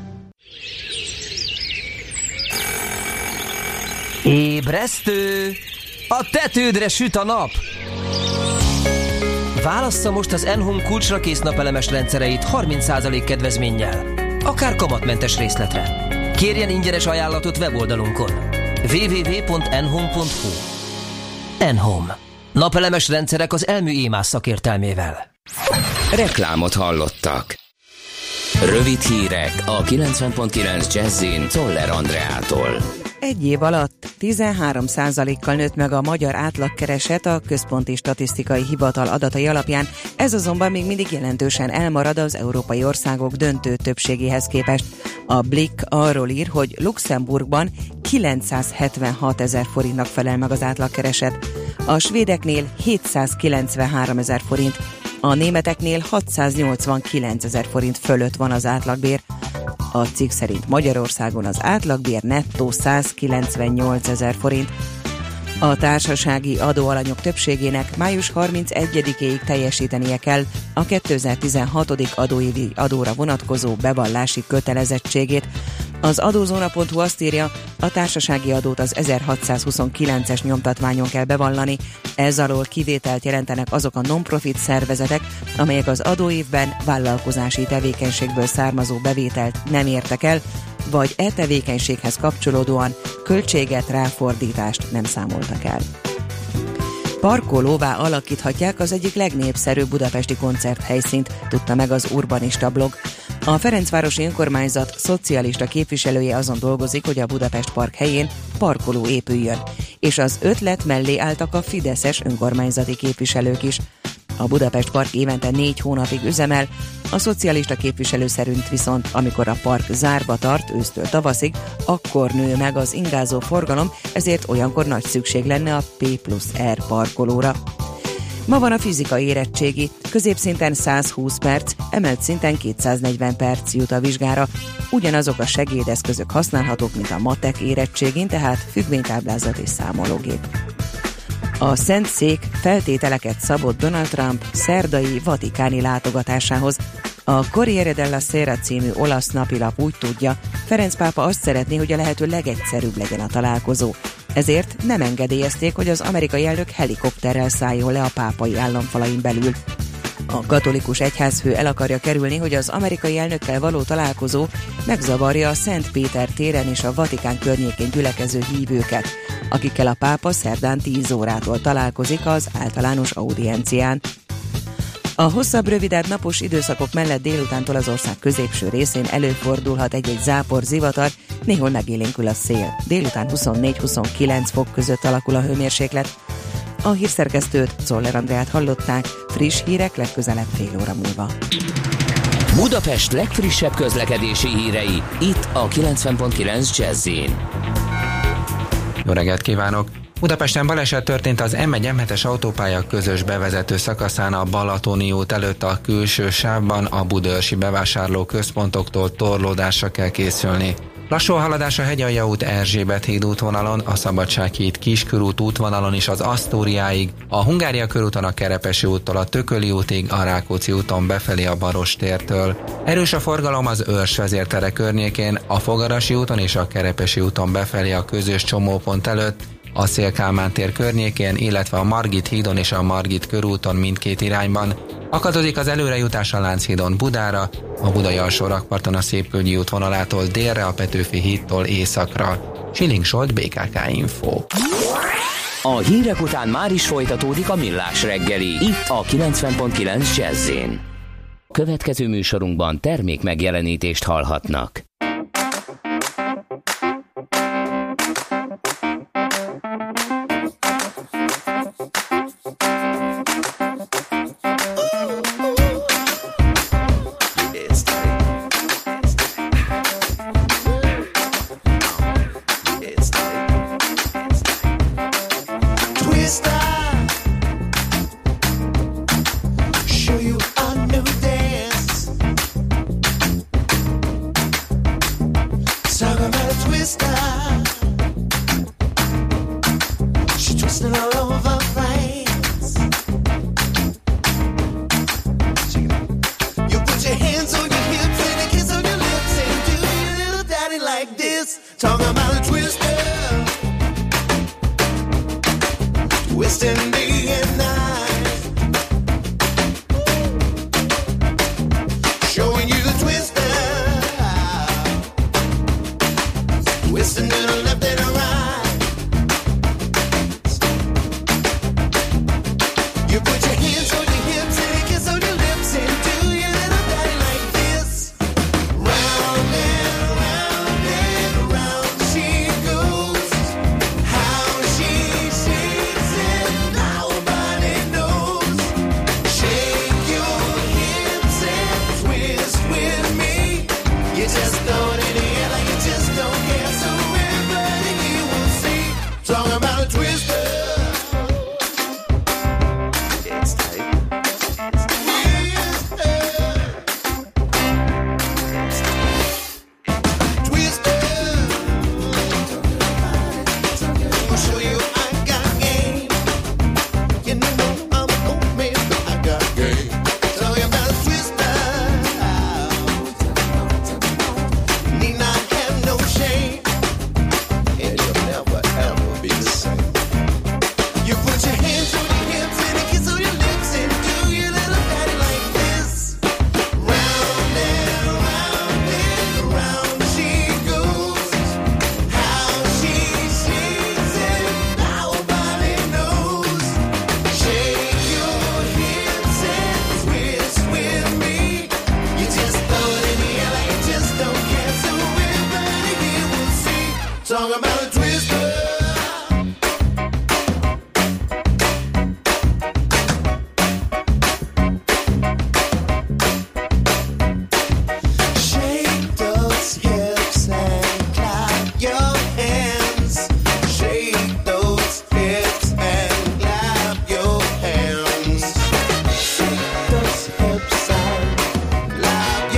Ébresztő! A tetődre süt a nap! Válassza most az Enhome kulcsra kész napelemes rendszereit harminc százalék kedvezménnyel. Akár kamatmentes részletre. Kérjen ingyenes ajánlatot weboldalunkon. double-u double-u double-u pont enhome pont hu. Enhome. Napelemes rendszerek az Elmű émás szakértelmével. Reklámot hallottak. Rövid hírek a kilencven pont kilenc Jazzin Czoller Andreától. Egy év alatt tizenhárom százalékkal nőtt meg a magyar átlagkereset a Központi Statisztikai Hivatal adatai alapján, ez azonban még mindig jelentősen elmarad az európai országok döntő többségéhez képest. A Blick arról ír, hogy Luxemburgban kilencszázhetvenhat ezer forintnak felel meg az átlagkereset, a svédeknél hétszázkilencvenhárom ezer forint, a németeknél hatszáznyolcvankilenc ezer forint fölött van az átlagbér. A cikk szerint Magyarországon az átlagbér nettó százkilencvennyolc ezer forint. A társasági adóalanyok többségének május harmincegyedikéig teljesítenie kell a kétezer-tizenhat. adóévi adóra vonatkozó bevallási kötelezettségét. Az adózóna pont hu azt írja, a társasági adót az ezerhatszázhuszonkilences nyomtatványon kell bevallani, ez alól kivételt jelentenek azok a non-profit szervezetek, amelyek az adóévben vállalkozási tevékenységből származó bevételt nem értek el, vagy e tevékenységhez kapcsolódóan költséget, ráfordítást nem számoltak el. Parkolóvá alakíthatják az egyik legnépszerűbb budapesti koncerthelyszínt, tudta meg az Urbanista blog. A Ferencvárosi Önkormányzat szocialista képviselője azon dolgozik, hogy a Budapest Park helyén parkoló épüljön, és az ötlet mellé álltak a fideszes önkormányzati képviselők is. A Budapest Park évente négy hónapig üzemel, a szocialista képviselő szerint viszont, amikor a park zárva tart ősztől tavaszig, akkor nő meg az ingázó forgalom, ezért olyankor nagy szükség lenne a P plusz R parkolóra. Ma van a fizikai érettségi, középszinten százhúsz perc, emelt szinten kétszáznegyven perc jut a vizsgára. Ugyanazok a segédeszközök használhatók, mint a matek érettségén, tehát függvénytáblázat és számológép. A Szentszék feltételeket szabott Donald Trump szerdai vatikáni látogatásához. A Corriere della Sera című olasz napilap úgy tudja, Ferenc pápa azt szeretné, hogy a lehető legegyszerűbb legyen a találkozó. Ezért nem engedélyezték, hogy az amerikai elnök helikopterrel szálljon le a pápai államfalain belül. A katolikus egyházfő el akarja kerülni, hogy az amerikai elnökkel való találkozó megzavarja a Szent Péter téren és a Vatikán környékén gyülekező hívőket, akikkel a pápa szerdán tíz órától találkozik az általános audiencián. A hosszabb, rövidebb napos időszakok mellett délutántól az ország középső részén előfordulhat egy-egy zápor, zivatar, néhol megélénkül a szél. Délután huszonnégy-huszonkilenc fok között alakul a hőmérséklet. A hírszerkesztőt, Czoller Andreát hallották, friss hírek legközelebb fél óra múlva. Budapest legfrissebb közlekedési hírei, itt a kilencven pont kilenc Jazz-in. Jó reggelt kívánok! Budapesten baleset történt az M egy M hetes autópálya közös bevezető szakaszán a Balatoni út előtt a külső sávban a budaörsi bevásárló központoktól torlódásra kell készülni. Lassú a haladás a Hegyalja út Erzsébet híd útvonalon, a Szabadsághíd Kiskörút útvonalon is az Asztóriáig, a Hungária körúton a Kerepesi úttól a Tököli útig, a Rákóczi úton befelé a Barostértől. Erős a forgalom az Őrs vezértere környékén, a Fogarasi úton és a Kerepesi úton befelé a közös csomópont előtt, a Széll-Kálmán tér környékén, illetve a Margit hídon és a Margit körúton mindkét irányban. Akadozik az előrejutás a Lánchídon Budára, a Budai alsó-rakparton a Szépkőgyi útvonalától délre, a Petőfi hídtól északra. Schilling Zsolt, bé ká ká Info. A hírek után már is folytatódik a Millás reggeli, itt a kilencven pont kilenc Jazz-in. Következő műsorunkban termék megjelenítést hallhatnak.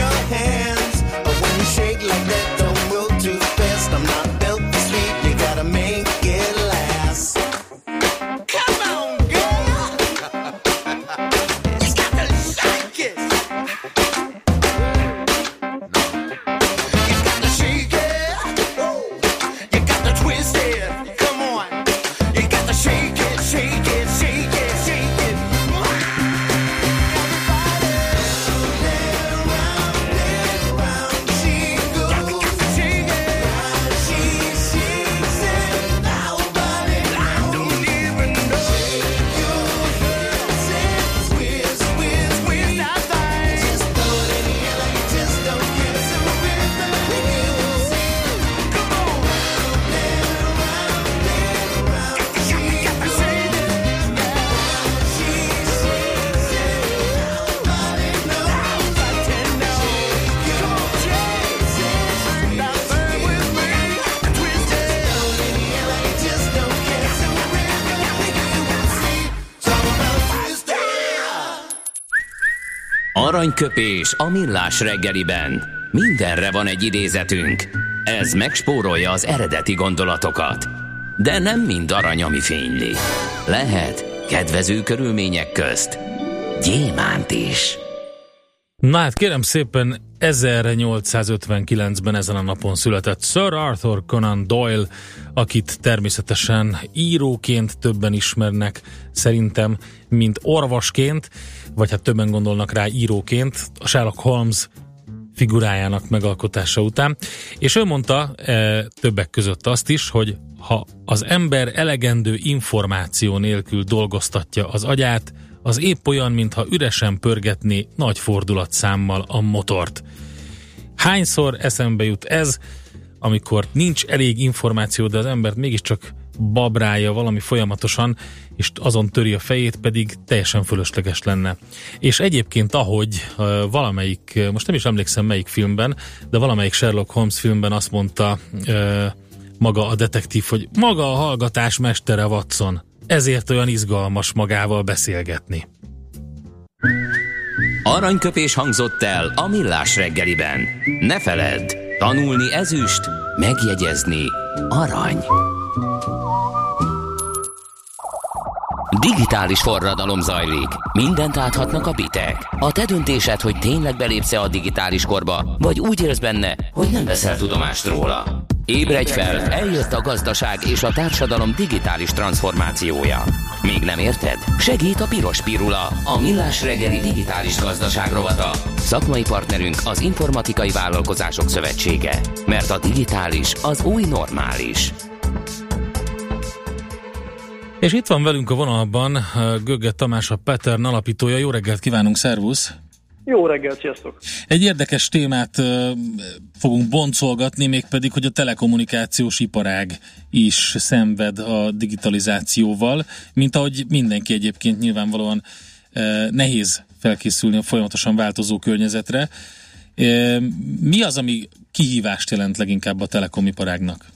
Shake like that, don't move too fast. I'm not built to sleep. You gotta Aranyköpés a millás reggeliben. Mindenre van egy idézetünk. Ez megspórolja az eredeti gondolatokat. De nem mind arany, ami fényli. Lehet kedvező körülmények közt gyémánt is. Na hát kérem szépen, ezernyolcszázötvenkilencben ezen a napon született Sir Arthur Conan Doyle, akit természetesen íróként többen ismernek szerintem, mint orvosként, vagy hát többen gondolnak rá íróként, a Sherlock Holmes figurájának megalkotása után. És ő mondta e, többek között azt is, hogy ha az ember elegendő információ nélkül dolgoztatja az agyát, az épp olyan, mintha üresen pörgetné nagy fordulatszámmal a motort. Hányszor eszembe jut ez, amikor nincs elég információ, de az embert mégiscsak babrálja valami folyamatosan, és azon töri a fejét, pedig teljesen fölösleges lenne. És egyébként ahogy uh, valamelyik, most nem is emlékszem melyik filmben, de valamelyik Sherlock Holmes filmben azt mondta uh, maga a detektív, hogy maga a hallgatás mestere Watson, ezért olyan izgalmas magával beszélgetni. Aranyköpés hangzott el a millás reggeliben. Ne feledd, tanulni ezüst, megjegyezni arany. Digitális forradalom zajlik. Mindent áthatnak a bitek. A te döntésed, hogy tényleg belépsz-e a digitális korba, vagy úgy élsz benne, hogy nem veszel tudomást róla. Ébredj fel, eljött a gazdaság és a társadalom digitális transformációja. Még nem érted? Segít a Piros Pirula, a millás reggeli digitális gazdaság rovata. Szakmai partnerünk az Informatikai Vállalkozások Szövetsége. Mert a digitális az új normális. És itt van velünk a vonalban Gögge Tamás, a Pattern alapítója. Jó reggelt kívánunk, szervusz! Jó reggelt, sziasztok! Egy érdekes témát uh, fogunk boncolgatni, mégpedig, hogy a telekommunikációs iparág is szenved a digitalizációval, mint ahogy mindenki egyébként nyilvánvalóan uh, nehéz felkészülni a folyamatosan változó környezetre. Uh, mi az, ami kihívást jelent leginkább a telekomiparágnak?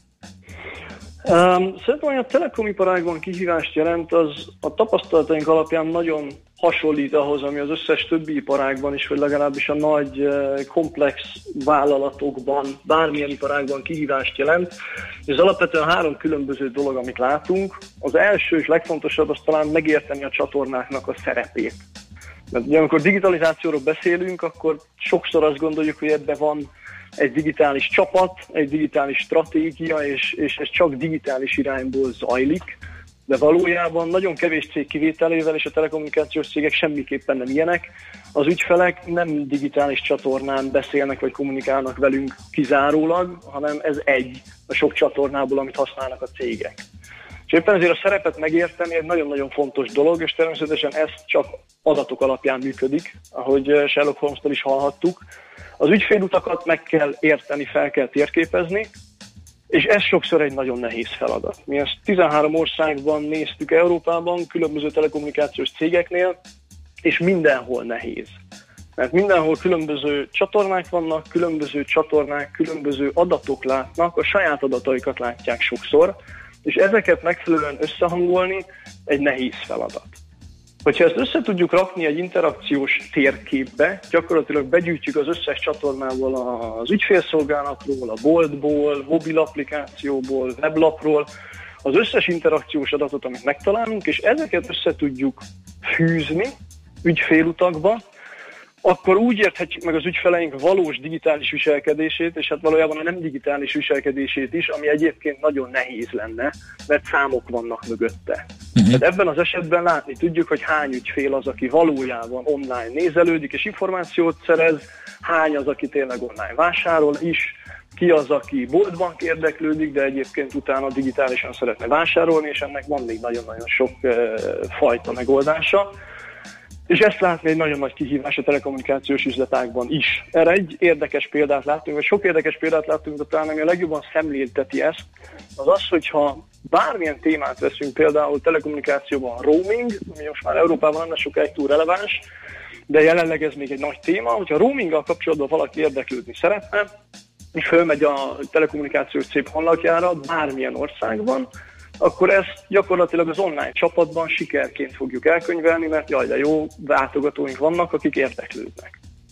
Um, szerintem, hogy a telekomiparágban kihívást jelent, az a tapasztalataink alapján nagyon hasonlít ahhoz, ami az összes többi iparágban is, vagy legalábbis a nagy, komplex vállalatokban, bármilyen iparágban kihívást jelent. Ez alapvetően három különböző dolog, amit látunk. Az első és legfontosabb az talán megérteni a csatornáknak a szerepét. Mert ugye, amikor digitalizációról beszélünk, akkor sokszor azt gondoljuk, hogy ebben van egy digitális csapat, egy digitális stratégia, és, és ez csak digitális irányból zajlik, de valójában nagyon kevés cég kivételével, és a telekommunikációs cégek semmiképpen nem ilyenek, az ügyfelek nem digitális csatornán beszélnek vagy kommunikálnak velünk kizárólag, hanem ez egy a sok csatornából, amit használnak a cégek. És éppen ezért a szerepet megérteni egy nagyon-nagyon fontos dolog, és természetesen ez csak adatok alapján működik, ahogy Sherlock Holmes-től is hallhattuk. Az ügyfélutakat meg kell érteni, fel kell térképezni, és ez sokszor egy nagyon nehéz feladat. Mi ezt tizenhárom országban néztük Európában, különböző telekommunikációs cégeknél, és mindenhol nehéz. Mert mindenhol különböző csatornák vannak, különböző csatornák, különböző adatok látnak, a saját adataikat látják sokszor, és ezeket megfelelően összehangolni egy nehéz feladat. Hogyha ezt össze tudjuk rakni egy interakciós térképbe, gyakorlatilag begyűjtjük az összes csatornával az ügyfélszolgálatról, a boltból, mobil applikációból, weblapról, az összes interakciós adatot, amit megtalálunk, és ezeket össze tudjuk fűzni ügyfélutakba, akkor úgy érthetjük meg az ügyfeleink valós digitális viselkedését, és hát valójában a nem digitális viselkedését is, ami egyébként nagyon nehéz lenne, mert számok vannak mögötte. Uh-huh. Tehát ebben az esetben látni tudjuk, hogy hány ügyfél az, aki valójában online nézelődik és információt szerez, hány az, aki tényleg online vásárol is, ki az, aki boltban érdeklődik, de egyébként utána digitálisan szeretne vásárolni, és ennek van még nagyon-nagyon sok uh, fajta megoldása. És ezt látni egy nagyon nagy kihívás a telekommunikációs üzletágban is. Erre egy érdekes példát láttunk, vagy sok érdekes példát láttunk, de talán ami a legjobban szemlélteti ezt, az az, hogyha bármilyen témát veszünk, például telekommunikációban a roaming, ami most már Európában nem sokáig túl releváns, de jelenleg ez még egy nagy téma, hogyha a roaminggal kapcsolatban valaki érdeklődni szeretne, és fölmegy a telekommunikációs cég honlapjára bármilyen országban, akkor ezt gyakorlatilag az online csapatban sikerként fogjuk elkönyvelni, mert jaj, de jó látogatóink vannak, akik érdeklődnek.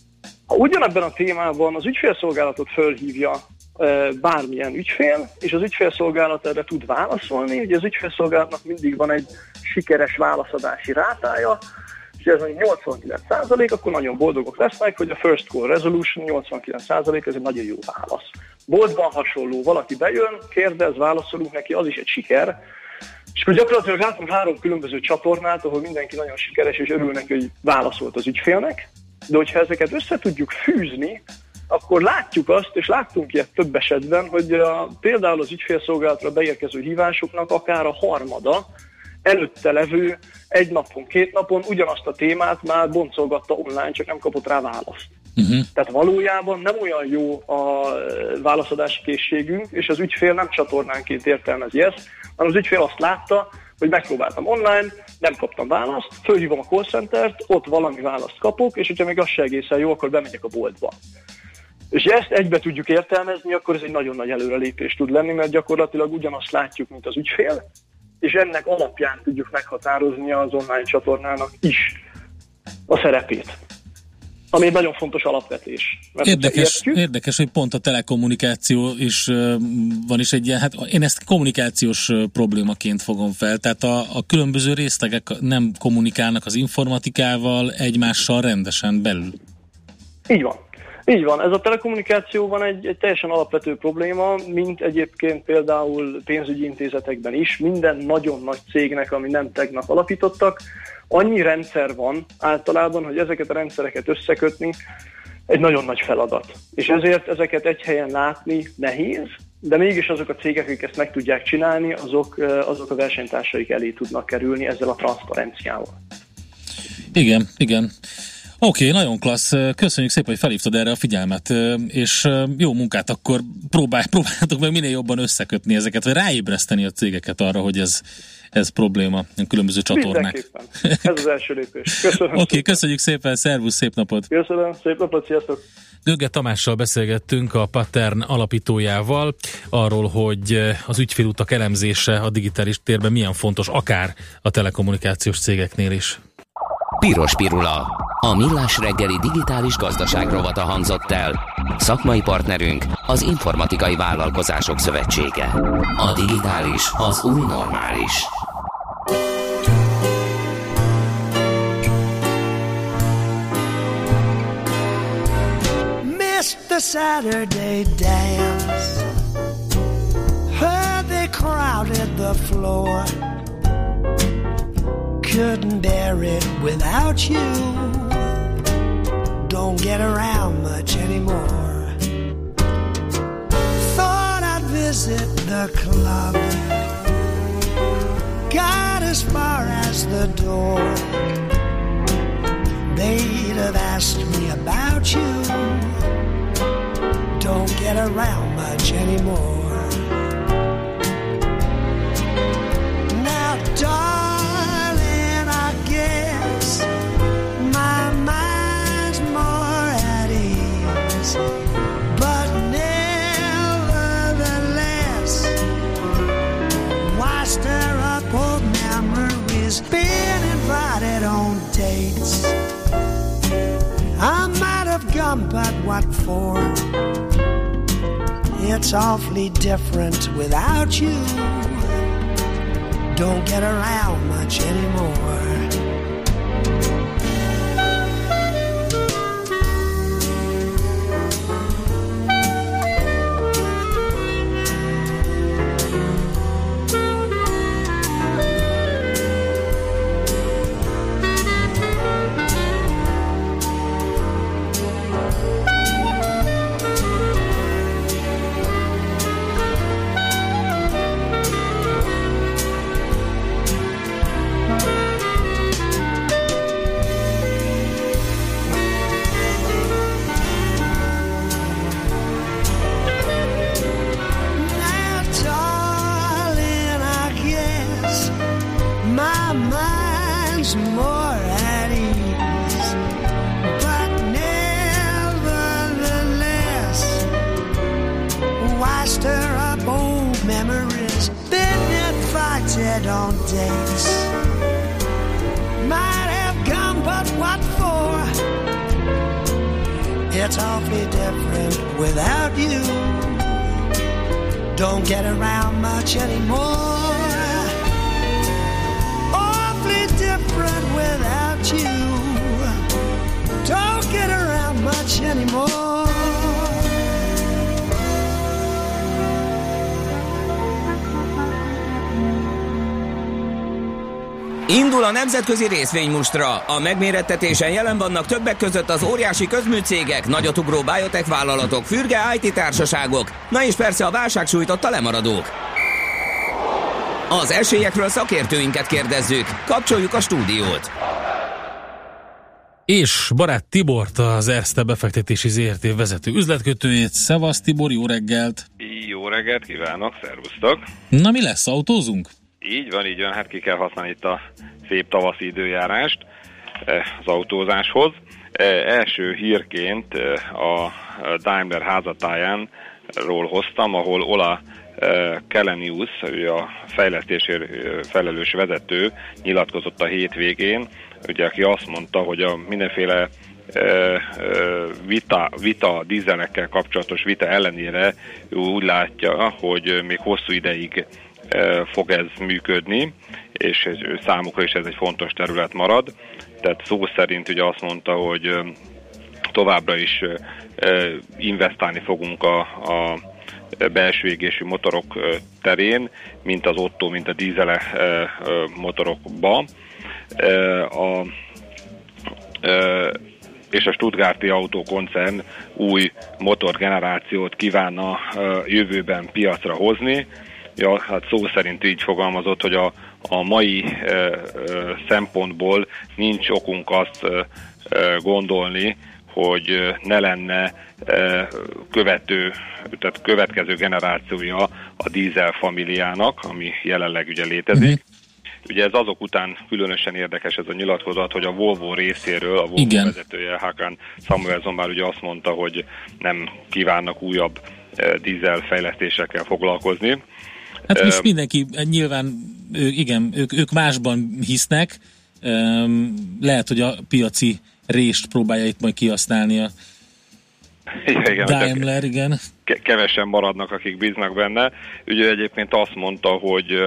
Ha ugyanebben a témában az ügyfélszolgálatot fölhívja e, bármilyen ügyfél, és az ügyfélszolgálat erre tud válaszolni, ugye az ügyfélszolgálatnak mindig van egy sikeres válaszadási rátája, és ez mondjuk nyolcvankilenc százalék, akkor nagyon boldogok lesznek, hogy a first call resolution nyolcvankilenc százalék, ez egy nagyon jó válasz. Boltban hasonló, valaki bejön, kérdez, válaszolunk neki, az is egy siker. És akkor gyakorlatilag látunk három különböző csatornát, ahol mindenki nagyon sikeres, és örül neki, hogy válaszolt az ügyfélnek. De hogyha ezeket össze tudjuk fűzni, akkor látjuk azt, és láttunk ilyet több esetben, hogy a, például az ügyfélszolgálatra beérkező hívásoknak akár a harmada előtte levő egy napon, két napon ugyanazt a témát már boncolgatta online, csak nem kapott rá választ. Uh-huh. Tehát valójában nem olyan jó a válaszadási készségünk, és az ügyfél nem csatornánként értelmezi ezt, hanem az ügyfél azt látta, hogy megpróbáltam online, nem kaptam választ, fölhívom a call centert, ott valami választ kapok, és hogyha még az se egészen jó, akkor bemegyek a boltba. És ha ezt egybe tudjuk értelmezni, akkor ez egy nagyon nagy előrelépés tud lenni, mert gyakorlatilag ugyanazt látjuk, mint az ügyfél, és ennek alapján tudjuk meghatározni az online csatornának is a szerepét. Ami egy nagyon fontos alapvetés. Érdekes, érdekes, hogy pont a telekommunikáció is uh, van is egy ilyen, hát én ezt kommunikációs uh, problémaként fogom fel, tehát a, a különböző részlegek nem kommunikálnak az informatikával egymással rendesen belül. Így van. Így van, ez a telekommunikációban egy, egy teljesen alapvető probléma, mint egyébként például pénzügyi intézetekben is, minden nagyon nagy cégnek, ami nem tegnap alapítottak, annyi rendszer van általában, hogy ezeket a rendszereket összekötni egy nagyon nagy feladat. És ezért ezeket egy helyen látni nehéz, de mégis azok a cégek, akik ezt meg tudják csinálni, azok, azok a versenytársaik elé tudnak kerülni ezzel a transzparenciával. Igen, igen. Oké, okay, nagyon klassz. Köszönjük szépen, hogy felhívtad erre a figyelmet, és jó munkát, akkor próbálj, próbáljátok meg minél jobban összekötni ezeket, vagy ráébreszteni a cégeket arra, hogy ez, ez probléma, a különböző csatornák. Ez az első lépés. Köszönöm. Oké, okay, köszönjük szépen, szervusz, szép napot! Köszönöm, szép napot, sziasztok! Dögge Tamással beszélgettünk, a Pattern alapítójával, arról, hogy az ügyfélutak elemzése a digitális térben milyen fontos, akár a telekommunikációs cégeknél is. Piros pirula. A Millás reggeli digitális gazdaság rovata hangzott el. Szakmai partnerünk az Informatikai Vállalkozások Szövetsége. A digitális az új normális. mister Saturday dance. Heard they crowded the floor. Couldn't bear it without you. Don't get around much anymore. Thought I'd visit the club. Got as far as the door. They'd have asked me about you. Don't get around much anymore. Now, darling, I guess my mind's more at ease, but nevertheless, why stir up old memories? Been invited on dates. I might have gone, but what for? It's awfully different without you. Don't get around much anymore. On dates might have come, but what for? gets awfully different without you. Don't get around much anymore. Awfully different without you. Don't get around much anymore. Indul a nemzetközi részvénymustra. A megmérettetésen jelen vannak többek között az óriási közműcégek, nagyotugró biotech vállalatok, fürge í té társaságok, na és persze a válság sújtotta lemaradók. Az esélyekről szakértőinket kérdezzük. Kapcsoljuk a stúdiót. És Barát Tibort, az Erste befektetési zé er té vezető üzletkötőjét. Szevasz Tibor, jó reggelt! Jó reggelt kívánok, szervusztok! Na mi lesz, autózunk? Így van, így van, hát ki kell használni itt a szép tavaszi időjárást az autózáshoz. Első hírként a Daimler házatáján ról hoztam, ahol Ola Källenius, ő a fejlesztésért felelős vezető, nyilatkozott a hétvégén, ugye, aki azt mondta, hogy a mindenféle vita, vita dízelekkel kapcsolatos vita ellenére úgy látja, hogy még hosszú ideig fog ez működni, és ez, számukra is ez egy fontos terület marad. Tehát szó szerint ugye azt mondta, hogy továbbra is investálni fogunk a, a belső égésű motorok terén, mint az Otto, mint a dízele motorokba. A, és a Stuttgarti autókoncern új motorgenerációt kívánna jövőben piacra hozni. Ja, hát szó szerint így fogalmazott, hogy a, a mai e, e, szempontból nincs okunk azt e, e, gondolni, hogy ne lenne e, követő, tehát következő generációja a dízel familiának, ami jelenleg ugye létezik. Uh-huh. Ugye ez azok után különösen érdekes ez a nyilatkozat, hogy a Volvo részéről, a Volvo Igen. vezetője Håkan Samuelsson már ugye azt mondta, hogy nem kívánnak újabb e, dízel fejlesztésekkel foglalkozni. Hát most mindenki, nyilván, igen, ők, ők másban hisznek, lehet, hogy a piaci rést próbálja itt majd kihasználni a igen, Daimler, igen. Kevesen maradnak, akik bíznak benne. Ugye egyébként azt mondta, hogy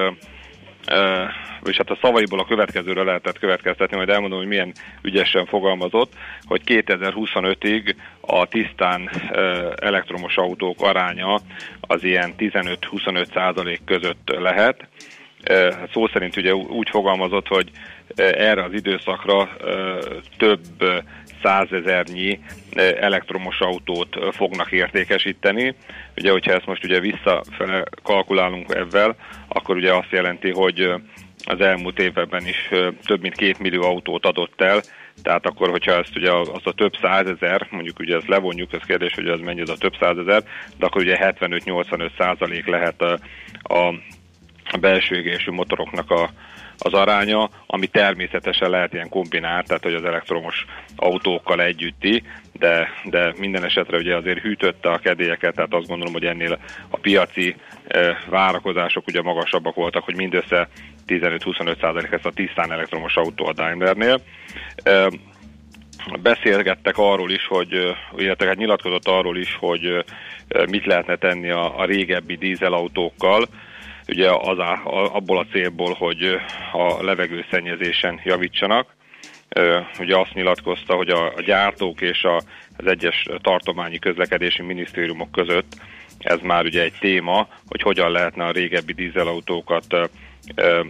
és hát a szavaiból a következőre lehetett következtetni, majd elmondom, hogy milyen ügyesen fogalmazott, hogy kétezer-huszonötig a tisztán elektromos autók aránya az ilyen tizenöt-huszonöt százalék között lehet. Szó szerint ugye úgy fogalmazott, hogy erre az időszakra több százezernyi elektromos autót fognak értékesíteni. Ugye, hogyha ezt most ugye visszafele kalkulálunk ebben, akkor ugye azt jelenti, hogy az elmúlt évben is több mint két millió autót adott el, tehát akkor, hogyha ezt ugye azt a több százezer, mondjuk ugye ezt levonjuk, ez kérdés, hogy ez mennyi az a több százezer, de akkor ugye hetvenöt-nyolcvanöt százalék lehet a, a belső égésű motoroknak a, az aránya, ami természetesen lehet ilyen kombinált, tehát hogy az elektromos autókkal együtti, de, de minden esetre ugye azért hűtötte a kedélyeket, tehát azt gondolom, hogy ennél a piaci e, várakozások ugye magasabbak voltak, hogy mindössze tizenöt-huszonöt százalék ez a tisztán elektromos autó a Daimlernél. E, beszélgettek arról is, hogy, illetve hát nyilatkozott arról is, hogy mit lehetne tenni a, a régebbi dízelautókkal, ugye az a, abból a célból, hogy a levegőszennyezésen javítsanak. Ugye azt nyilatkozta, hogy a, a gyártók és a, az egyes tartományi közlekedési minisztériumok között ez már ugye egy téma, hogy hogyan lehetne a régebbi dízelautókat ö, ö,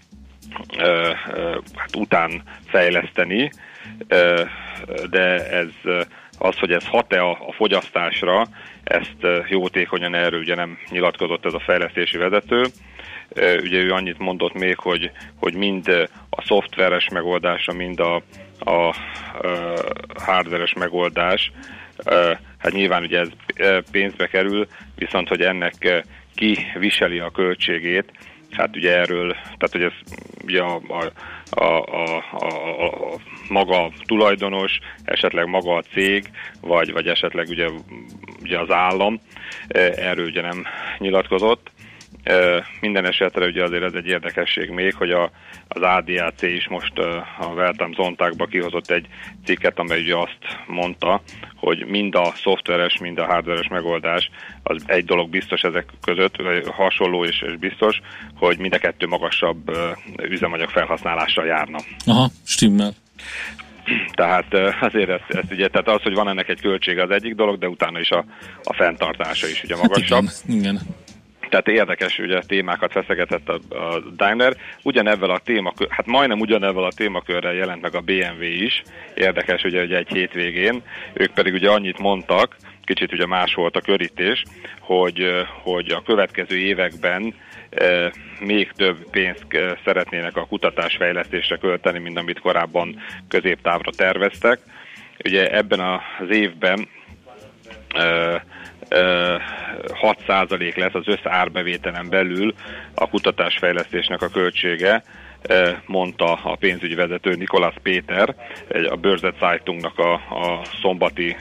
ö, hát után fejleszteni, ö, de ez az, hogy ez hat-e a, a fogyasztásra, ezt jótékonyan erről ugye nem nyilatkozott ez a fejlesztési vezető. Ugye ő annyit mondott még, hogy, hogy mind a szoftveres megoldása, mind a, a, a hardveres megoldás, hát nyilván ugye ez pénzbe kerül, viszont hogy ennek ki viseli a költségét, hát ugye erről, tehát hogy ez ugye a, a, a, a, a, a maga tulajdonos, esetleg maga a cég, vagy, vagy esetleg ugye, ugye az állam, erről ugye nem nyilatkozott. Minden esetre ugye azért ez egy érdekesség még, hogy a, az á dé á cé is most a Weltam Zontágba kihozott egy cikket, amely ugye azt mondta, hogy mind a szoftveres, mind a hardveres megoldás, az egy dolog biztos ezek között, hasonló és, és biztos, hogy mind a kettő magasabb üzemanyag felhasználással járna. Aha, stimmel. Tehát azért ez, ez ugye, tehát az, hogy van ennek egy költsége az egyik dolog, de utána is a, a fenntartása is ugye magasabb. Hát igen, igen. Tehát érdekes ugye témákat feszegetett a, a Daimler. Ugyanebben a témakör, hát majdnem ugyanebben a témakörrel jelent meg a bé em vé is. Érdekes ugye, ugye egy hétvégén. Ők pedig ugye annyit mondtak, kicsit ugye más volt a körítés, hogy, hogy a következő években e, még több pénzt szeretnének a kutatásfejlesztésre költeni, mint amit korábban középtávra terveztek. Ugye ebben az évben e, hat százalék lesz az összárbevételen belül a kutatásfejlesztésnek a költsége, mondta a pénzügyi vezető Nikolaus Péter a Börse Zeitungnak a, a szombati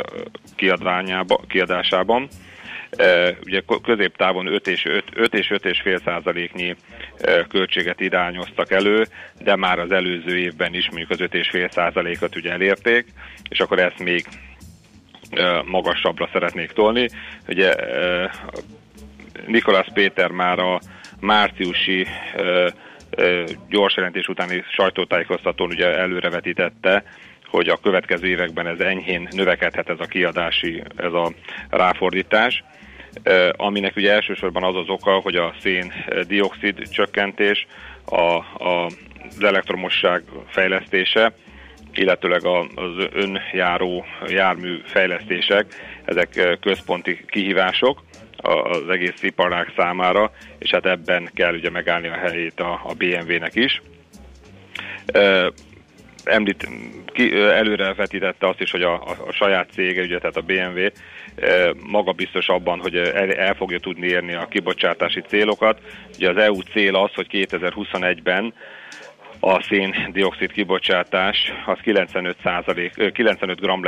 kiadásában. Ugye középtávon öt és öt és öt egész öt százaléknyi költséget irányoztak elő, de már az előző évben is mondjuk az öt egész öt százalékot ugye elérték, és akkor ezt még magasabbra szeretnék tolni. Ugye Nikolaus Péter már a márciusi gyorsjelentés utáni sajtótájékoztatón ugye előrevetítette, hogy a következő években ez enyhén növekedhet ez a kiadási, ez a ráfordítás, aminek ugye elsősorban az az oka, hogy a szén-dioxid csökkentés, a, a, az elektromosság fejlesztése, illetőleg az önjáró jármű fejlesztések, ezek központi kihívások az egész iparág számára, és hát ebben kell ugye megállni a helyét a, a bé em vé-nek is. Említ, ki, előrevetítette azt is, hogy a, a, a saját cége, ugye, tehát a bé em vé maga biztos abban, hogy el, el fogja tudni érni a kibocsátási célokat. Ugye az é u cél az, hogy kétezer-huszonegyben a szén-dioxid kibocsátás az kilencvenöt százalék, kilencvenöt gramm